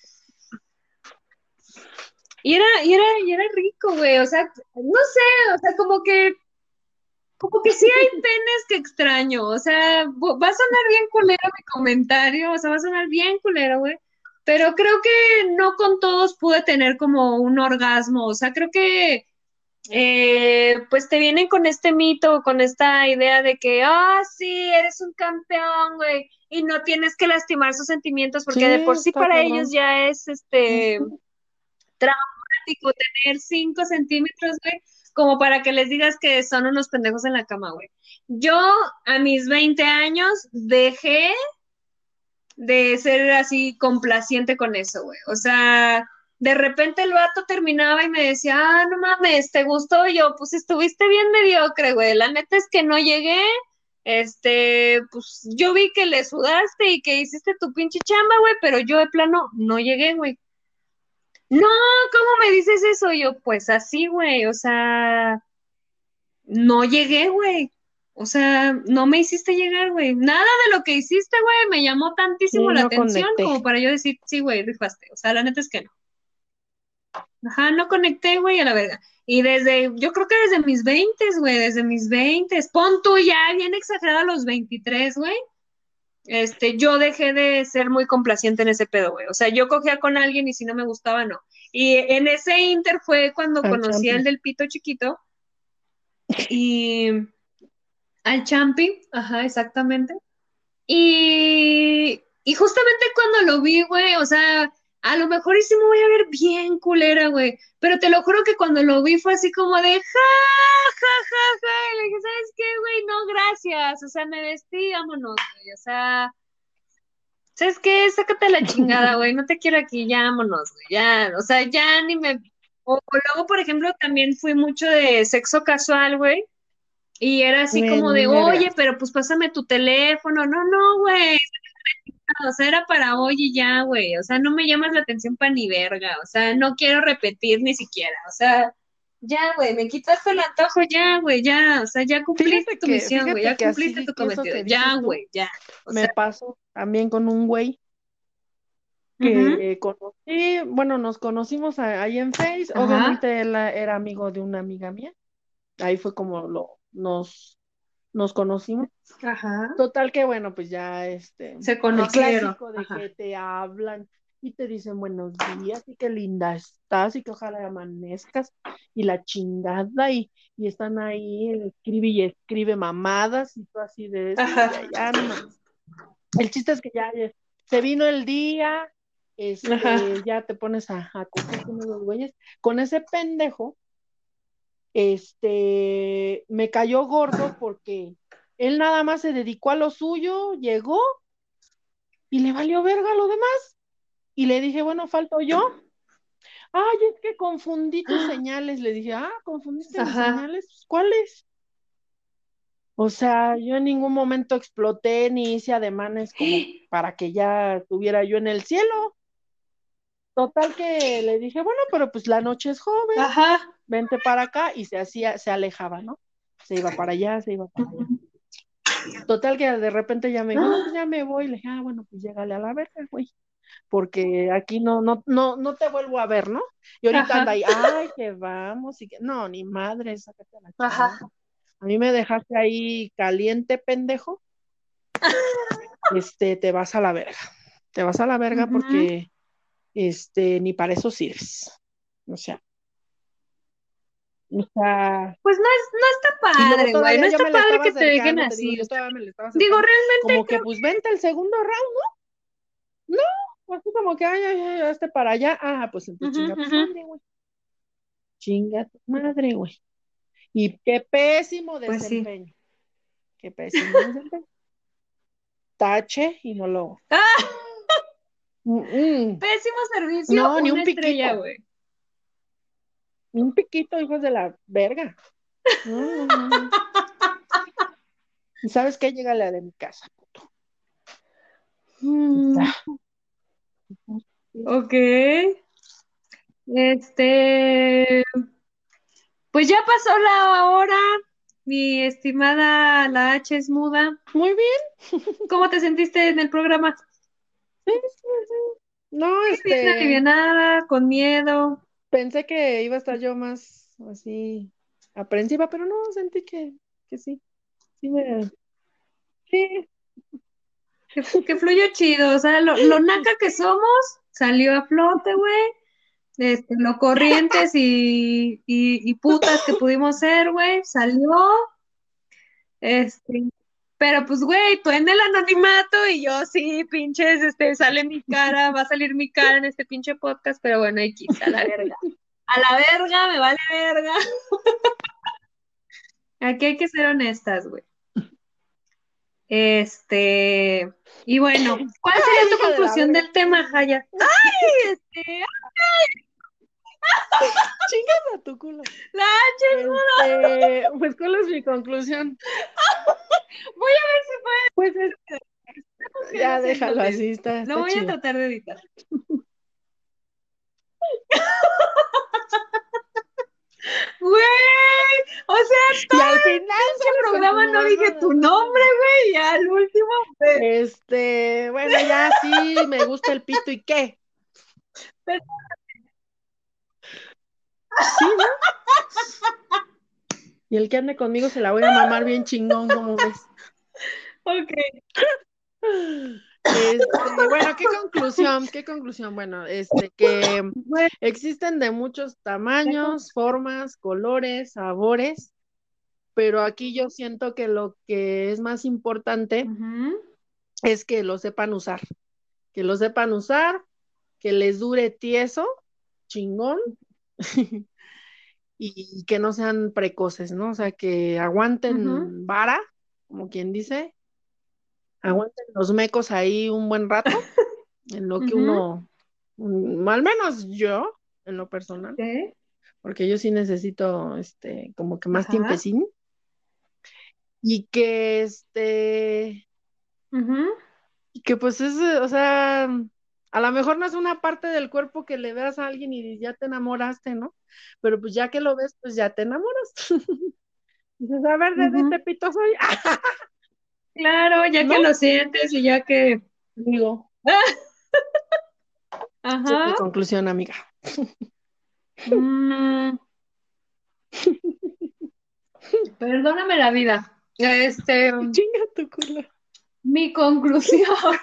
Y era, y era, y era rico, güey, o sea, no sé, o sea, como que, como que sí hay penes que extraño, o sea, vo- va a sonar bien culero mi comentario, o sea, va a sonar bien culero, güey, pero creo que no con todos pude tener como un orgasmo, o sea, creo que eh, pues te vienen con este mito, con esta idea de que, ah, sí, eres un campeón, güey, y no tienes que lastimar sus sentimientos, Sí, porque de por sí está para ellos cabrón. ya es este Ujú. traumático tener cinco centímetros, güey, como para que les digas que son unos pendejos en la cama, güey. Yo a mis veinte años dejé de ser así complaciente con eso, güey. O sea, de repente el vato terminaba y me decía, ah, no mames, ¿te gustó? Y yo, pues estuviste bien mediocre, güey. La neta es que no llegué. Este, pues yo vi que le sudaste y que hiciste tu pinche chamba, güey, pero yo de plano no llegué, güey. No, ¿cómo me dices eso? Y yo, pues así, güey, o sea, no llegué, güey. O sea, no me hiciste llegar, güey. Nada de lo que hiciste, güey, me llamó tantísimo Sí, la no atención conecté. como para yo decir, sí, güey, rifaste. O sea, la neta es que no. Ajá, no conecté, güey, a la verga. Y desde, yo creo que desde mis veintes, güey, desde mis veintes, pon tú ya bien exagerado a los veintitrés, güey. Este, yo dejé de ser muy complaciente en ese pedo, güey. O sea, yo cogía con alguien y si no me gustaba, no. Y en ese inter fue cuando Al conocí al champi. del pito chiquito y al champi, ajá, exactamente. Y, y justamente cuando lo vi, güey, o sea, a lo mejor y sí me voy a ver bien culera, güey. Pero te lo juro que cuando lo vi fue así como de ja, ja, ja, ja. Y le dije, ¿sabes qué, güey? No, gracias. O sea, me vestí, vámonos, güey. O sea, ¿sabes qué? Sácate la chingada, güey. No te quiero aquí, ya vámonos, güey. Ya, o sea, ya ni me. O, o luego, por ejemplo, también fui mucho de sexo casual, güey. Y era así Ni, como ni de, me oye, veas. pero pues pásame tu teléfono. No, no, güey. O sea, era para hoy y ya, güey. O sea, no me llamas la atención para ni verga. O sea, no quiero repetir ni siquiera. O sea, ya, güey, me quitaste el antojo, ya, güey, ya. O sea, ya cumpliste Fíjate tu que, misión, güey. fíjate Ya que cumpliste así, tu que eso cometido. que Ya, dices tú, güey, ya. O me sea, pasó también con un güey ujú, que conocí, bueno, nos conocimos a- ahí en Face, ajá, obviamente él a- era amigo de una amiga mía, ahí fue como lo, nos, nos conocimos. ajá. Total que bueno, pues ya este, Se el conocieron. clásico de Ajá. que te hablan y te dicen buenos días y qué linda estás y que ojalá amanezcas y la chingada y, y están ahí, escribe y escribe mamadas y tú así de eso y ya, Ajá, ya no mames. El chiste es que ya eh, se vino el día, ajá. este, ya te pones a, a coger con unos güeyes. Con ese pendejo, este, me cayó gordo porque él nada más se dedicó a lo suyo, llegó y le valió verga lo demás. Y le dije, bueno, falto yo. Ay, es que confundí tus señales. Le dije, ah, ¿confundiste mis Ajá. señales? Pues, ¿cuáles? O sea, yo en ningún momento exploté ni hice ademanes como para que ya estuviera yo en el cielo. Total que le dije, bueno, pero pues la noche es joven, Ajá. vente para acá y se hacía, se alejaba, ¿no? Se iba para allá, se iba para allá. Total que de repente ya me dijo, no, pues ya me voy. Le dije, ah, bueno, pues llégale a la verga, güey, porque aquí no, no, no, no te vuelvo a ver, ¿no? Y ahorita anda Ajá. ahí, ay, que vamos, y que, no, ni madre, sácate a la chingada. Ajá. A mí me dejaste ahí caliente, pendejo, este, te vas a la verga. Te vas a la verga Ujú. porque, este, ni para eso sirves. O sea, o sea, Pues no es, no está y luego padre, güey. No todavía yo está me le padre estaba que te dejen acercando, te digo, así. O yo sea, todavía me le estaba digo, acercando, realmente como que creo pues vente el segundo round, ¿no? No, así como que, ay, ay, ay, hazte para allá, ah, pues que. entonces Ujú, chinga tu ujú. madre, güey, chinga tu madre, güey. Y qué pésimo Pues sí. desempeño, qué pésimo desempeño. Tache y no lo, ¡Ah! mm, mm. Pésimo servicio, No, ni una un estrella, piquito, güey. ni un piquito, hijos de la verga. No, no, no, no. ¿Y sabes qué? Llégale a de mi casa, puto. Mm, Ah, ok. Este. Pues ya pasó la hora, mi estimada, la H es muda. Muy bien. ¿Cómo te sentiste en el programa? No, Bien este, alivianada, con miedo. pensé que iba a estar yo más así aprensiva, pero no, sentí que, que sí, sí me, Sí, que, que fluyó chido. O sea, lo, lo naca que somos salió a flote, güey. Este, lo corrientes y, y, y putas que pudimos ser, güey, salió. Este, pero pues, güey, tú en el anonimato y yo sí, pinches, este, sale mi cara, va a salir mi cara en este pinche podcast, pero bueno, X, a la verga. A la verga, me vale verga. Aquí hay que ser honestas, güey. Este, y bueno, ¿cuál sería ay, tu hija de la conclusión verga, del tema, Jaya? ¡Ay! Este, chingas a tu culo. la H es muda. Este, pues, ¿cuál es mi conclusión? Voy a ver si puedo Pues es, que ya lo déjalo entonces. así, está, Lo está voy a chido. tratar de editar. Güey, o sea, Y todo al el final pinche sales con tus programa no dije tu mamadas, no nombre, mames. güey, y al último, pues, Este, bueno, ya sí, me gusta el pito, ¿y qué? pero- Sí, ¿no? Y el que ande conmigo se la voy a mamar bien chingón, ¿cómo ves? ok. Este, bueno, ¿qué conclusión? ¿Qué conclusión? Bueno, este, que Bueno, existen de muchos ya con- tamaños, formas, colores, sabores, pero aquí yo siento que lo que es más importante Ujú, es que lo sepan usar, que lo sepan usar, que les dure tieso, chingón, y que no sean precoces, ¿no? O sea, que ujú, aguanten vara, como quien dice, aguanten los mecos ahí un buen rato, en lo que ujú, uno, mm, al menos yo, en lo personal, ok, porque yo sí necesito, este, como que más ajá, tiempecín, y que, este, ujú. y que pues es, eh, o sea, a lo mejor no es una parte del cuerpo que le veas a alguien y ya te enamoraste, ¿no? Pero pues ya que lo ves, pues ya te enamoras. Dices, a ver, de, de Ujú. este pito soy, Claro, ya ¿no? que lo sientes y ya que... Digo, esa es mi Ajá. conclusión, amiga. Mm, perdóname la vida. Este, Chinga tu culo. mi conclusión.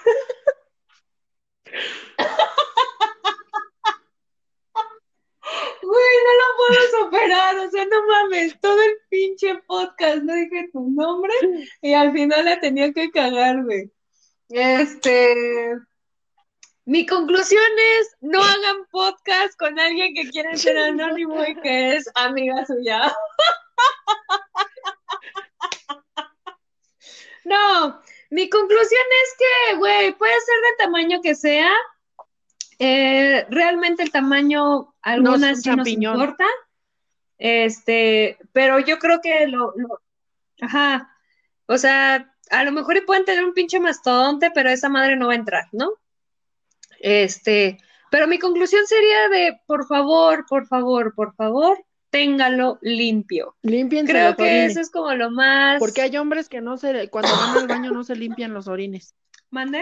Güey, no lo puedo superar, o sea, no mames, todo el pinche podcast no dije tu nombre y al final la tenía que cagar, güey. Este, mi conclusión es, no hagan podcast con alguien que quiere ser anónimo y que es amiga suya. No, mi conclusión es que, güey, puede ser del tamaño que sea, eh, realmente el tamaño, No es algunas un sí nos champiñón. importa, este, pero yo creo que lo, lo, ajá, o sea, a lo mejor y pueden tener un pinche mastodonte, pero esa madre no va a entrar, ¿no? Este, pero mi conclusión sería de, por favor, por favor, por favor, téngalo limpio. Límpiense Creo los que eso orines. es como lo Porque más... hay hombres que no se, cuando van al baño no se limpian los orines. ¿Mande?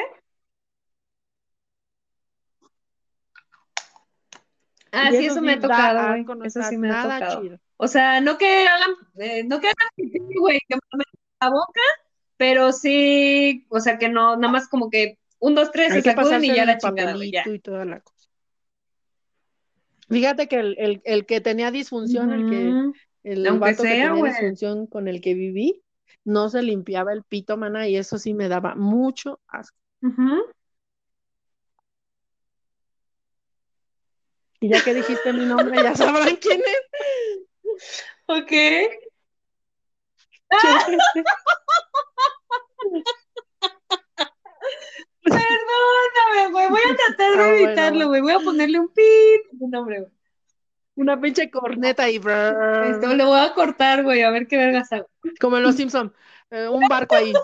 Ah, Y sí, eso eso me sí ha da tocado, güey. asco, no Eso está sí me ha nada tocado. chido. O sea, no que hagan, eh, no que hagan pipí, güey, que me metan la boca, pero sí, o sea, que no, nada más como que un, dos, tres, Hay se que sacuden y pasarse ya el la chingada, güey, ya. papelito y toda la cosa. Fíjate que el, el, el que tenía disfunción, el que, Ujú. el Aunque vato que sea, tenía güey. disfunción con el que viví, no se limpiaba el pito, mana, y eso sí me daba mucho asco. Ujú. Y ya que dijiste mi nombre, ya sabrán quién es. Ok. Chévere. Perdóname, güey. Voy a tratar Ah, de bueno, evitarlo, va. güey. Voy a ponerle un pip. Un nombre, güey. Una pinche corneta y Este, brrr, lo voy a cortar, güey, a ver qué vergas hago. como en Los Simpson, eh, un barco ahí.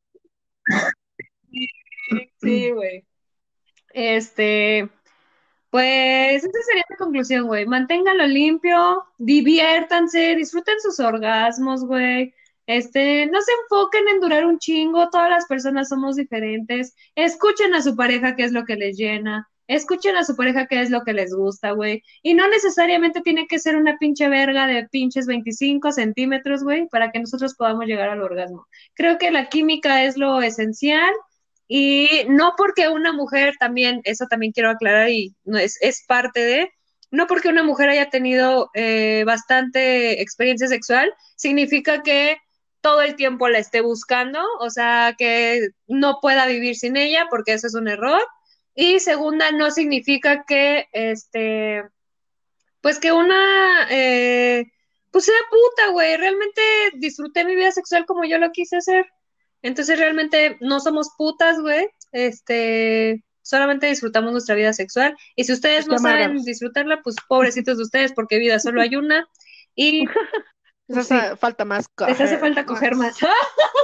Sí, sí, güey. Este, Pues esa sería mi conclusión, güey. Manténganlo limpio, diviértanse, disfruten sus orgasmos, güey. Este, no se enfoquen en durar un chingo, todas las personas somos diferentes. Escuchen a su pareja qué es lo que les llena. Escuchen a su pareja qué es lo que les gusta, güey. Y no necesariamente tiene que ser una pinche verga de pinches veinticinco centímetros, güey, para que nosotros podamos llegar al orgasmo. Creo que la química es lo esencial y no porque una mujer también, eso también quiero aclarar y no es, es parte de, no porque una mujer haya tenido eh, bastante experiencia sexual, significa que todo el tiempo la esté buscando, o sea, que no pueda vivir sin ella, porque eso es un error. Y segunda, no significa que, este, pues que una, eh, pues sea puta, güey. Realmente disfruté mi vida sexual como yo lo quise hacer. Entonces realmente no somos putas, güey. Este, solamente disfrutamos nuestra vida sexual. Y si ustedes Pues qué no saben amargados. disfrutarla, pues pobrecitos de ustedes, porque vida solo hay una. Y Les pues sí, hace falta más les hace coger falta coger más. más.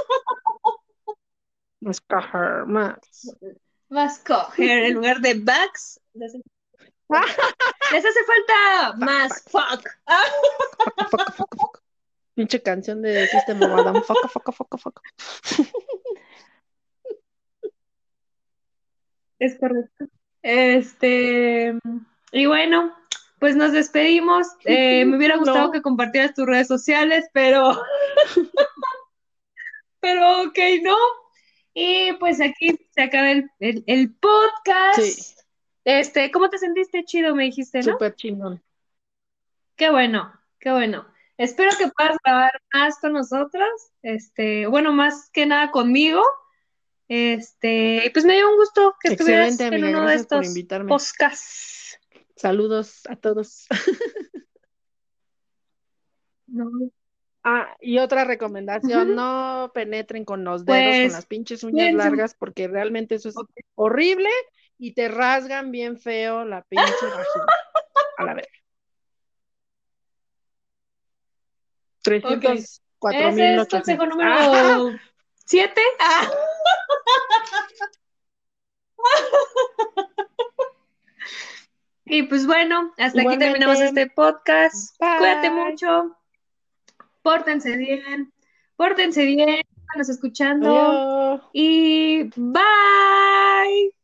Más coger más. Más coger en lugar de bugs. Les hace, les hace falta Fuck, más fuck, fuck. fuck, fuck, fuck, fuck. Pinche canción de System of a Down. Fuck, fuck, fuck, fuck. Es correcto. Este, y bueno, pues nos despedimos. Eh, me hubiera gustado que No. compartieras tus redes sociales, pero, pero ok, no. Y pues aquí se acaba el, el, el Sí, podcast. Este, ¿cómo te sentiste? Chido, me dijiste, ¿no? súper chingón. Qué bueno, qué bueno. Espero que puedas grabar más con nosotros. Este, bueno, más que nada conmigo. Este, y pues me dio un gusto que Excelente, estuvieras en amiga. uno de Gracias por estos invitarme. podcasts. Saludos a todos. No. Ah, y otra recomendación, no penetren con los dedos, con las Pues, pinches uñas cuídense. largas, porque realmente eso es horrible y te rasgan bien feo la pinche vagina. A la vez. Ok. trescientos cuatro Ese mil es consejo ochocientos. Ah, número siete. Ah. Y pues bueno, hasta aquí terminamos igualmente, este podcast. Cuídate bye. mucho, pórtense bien, pórtense bien, nos escuchando Adiós. y bye.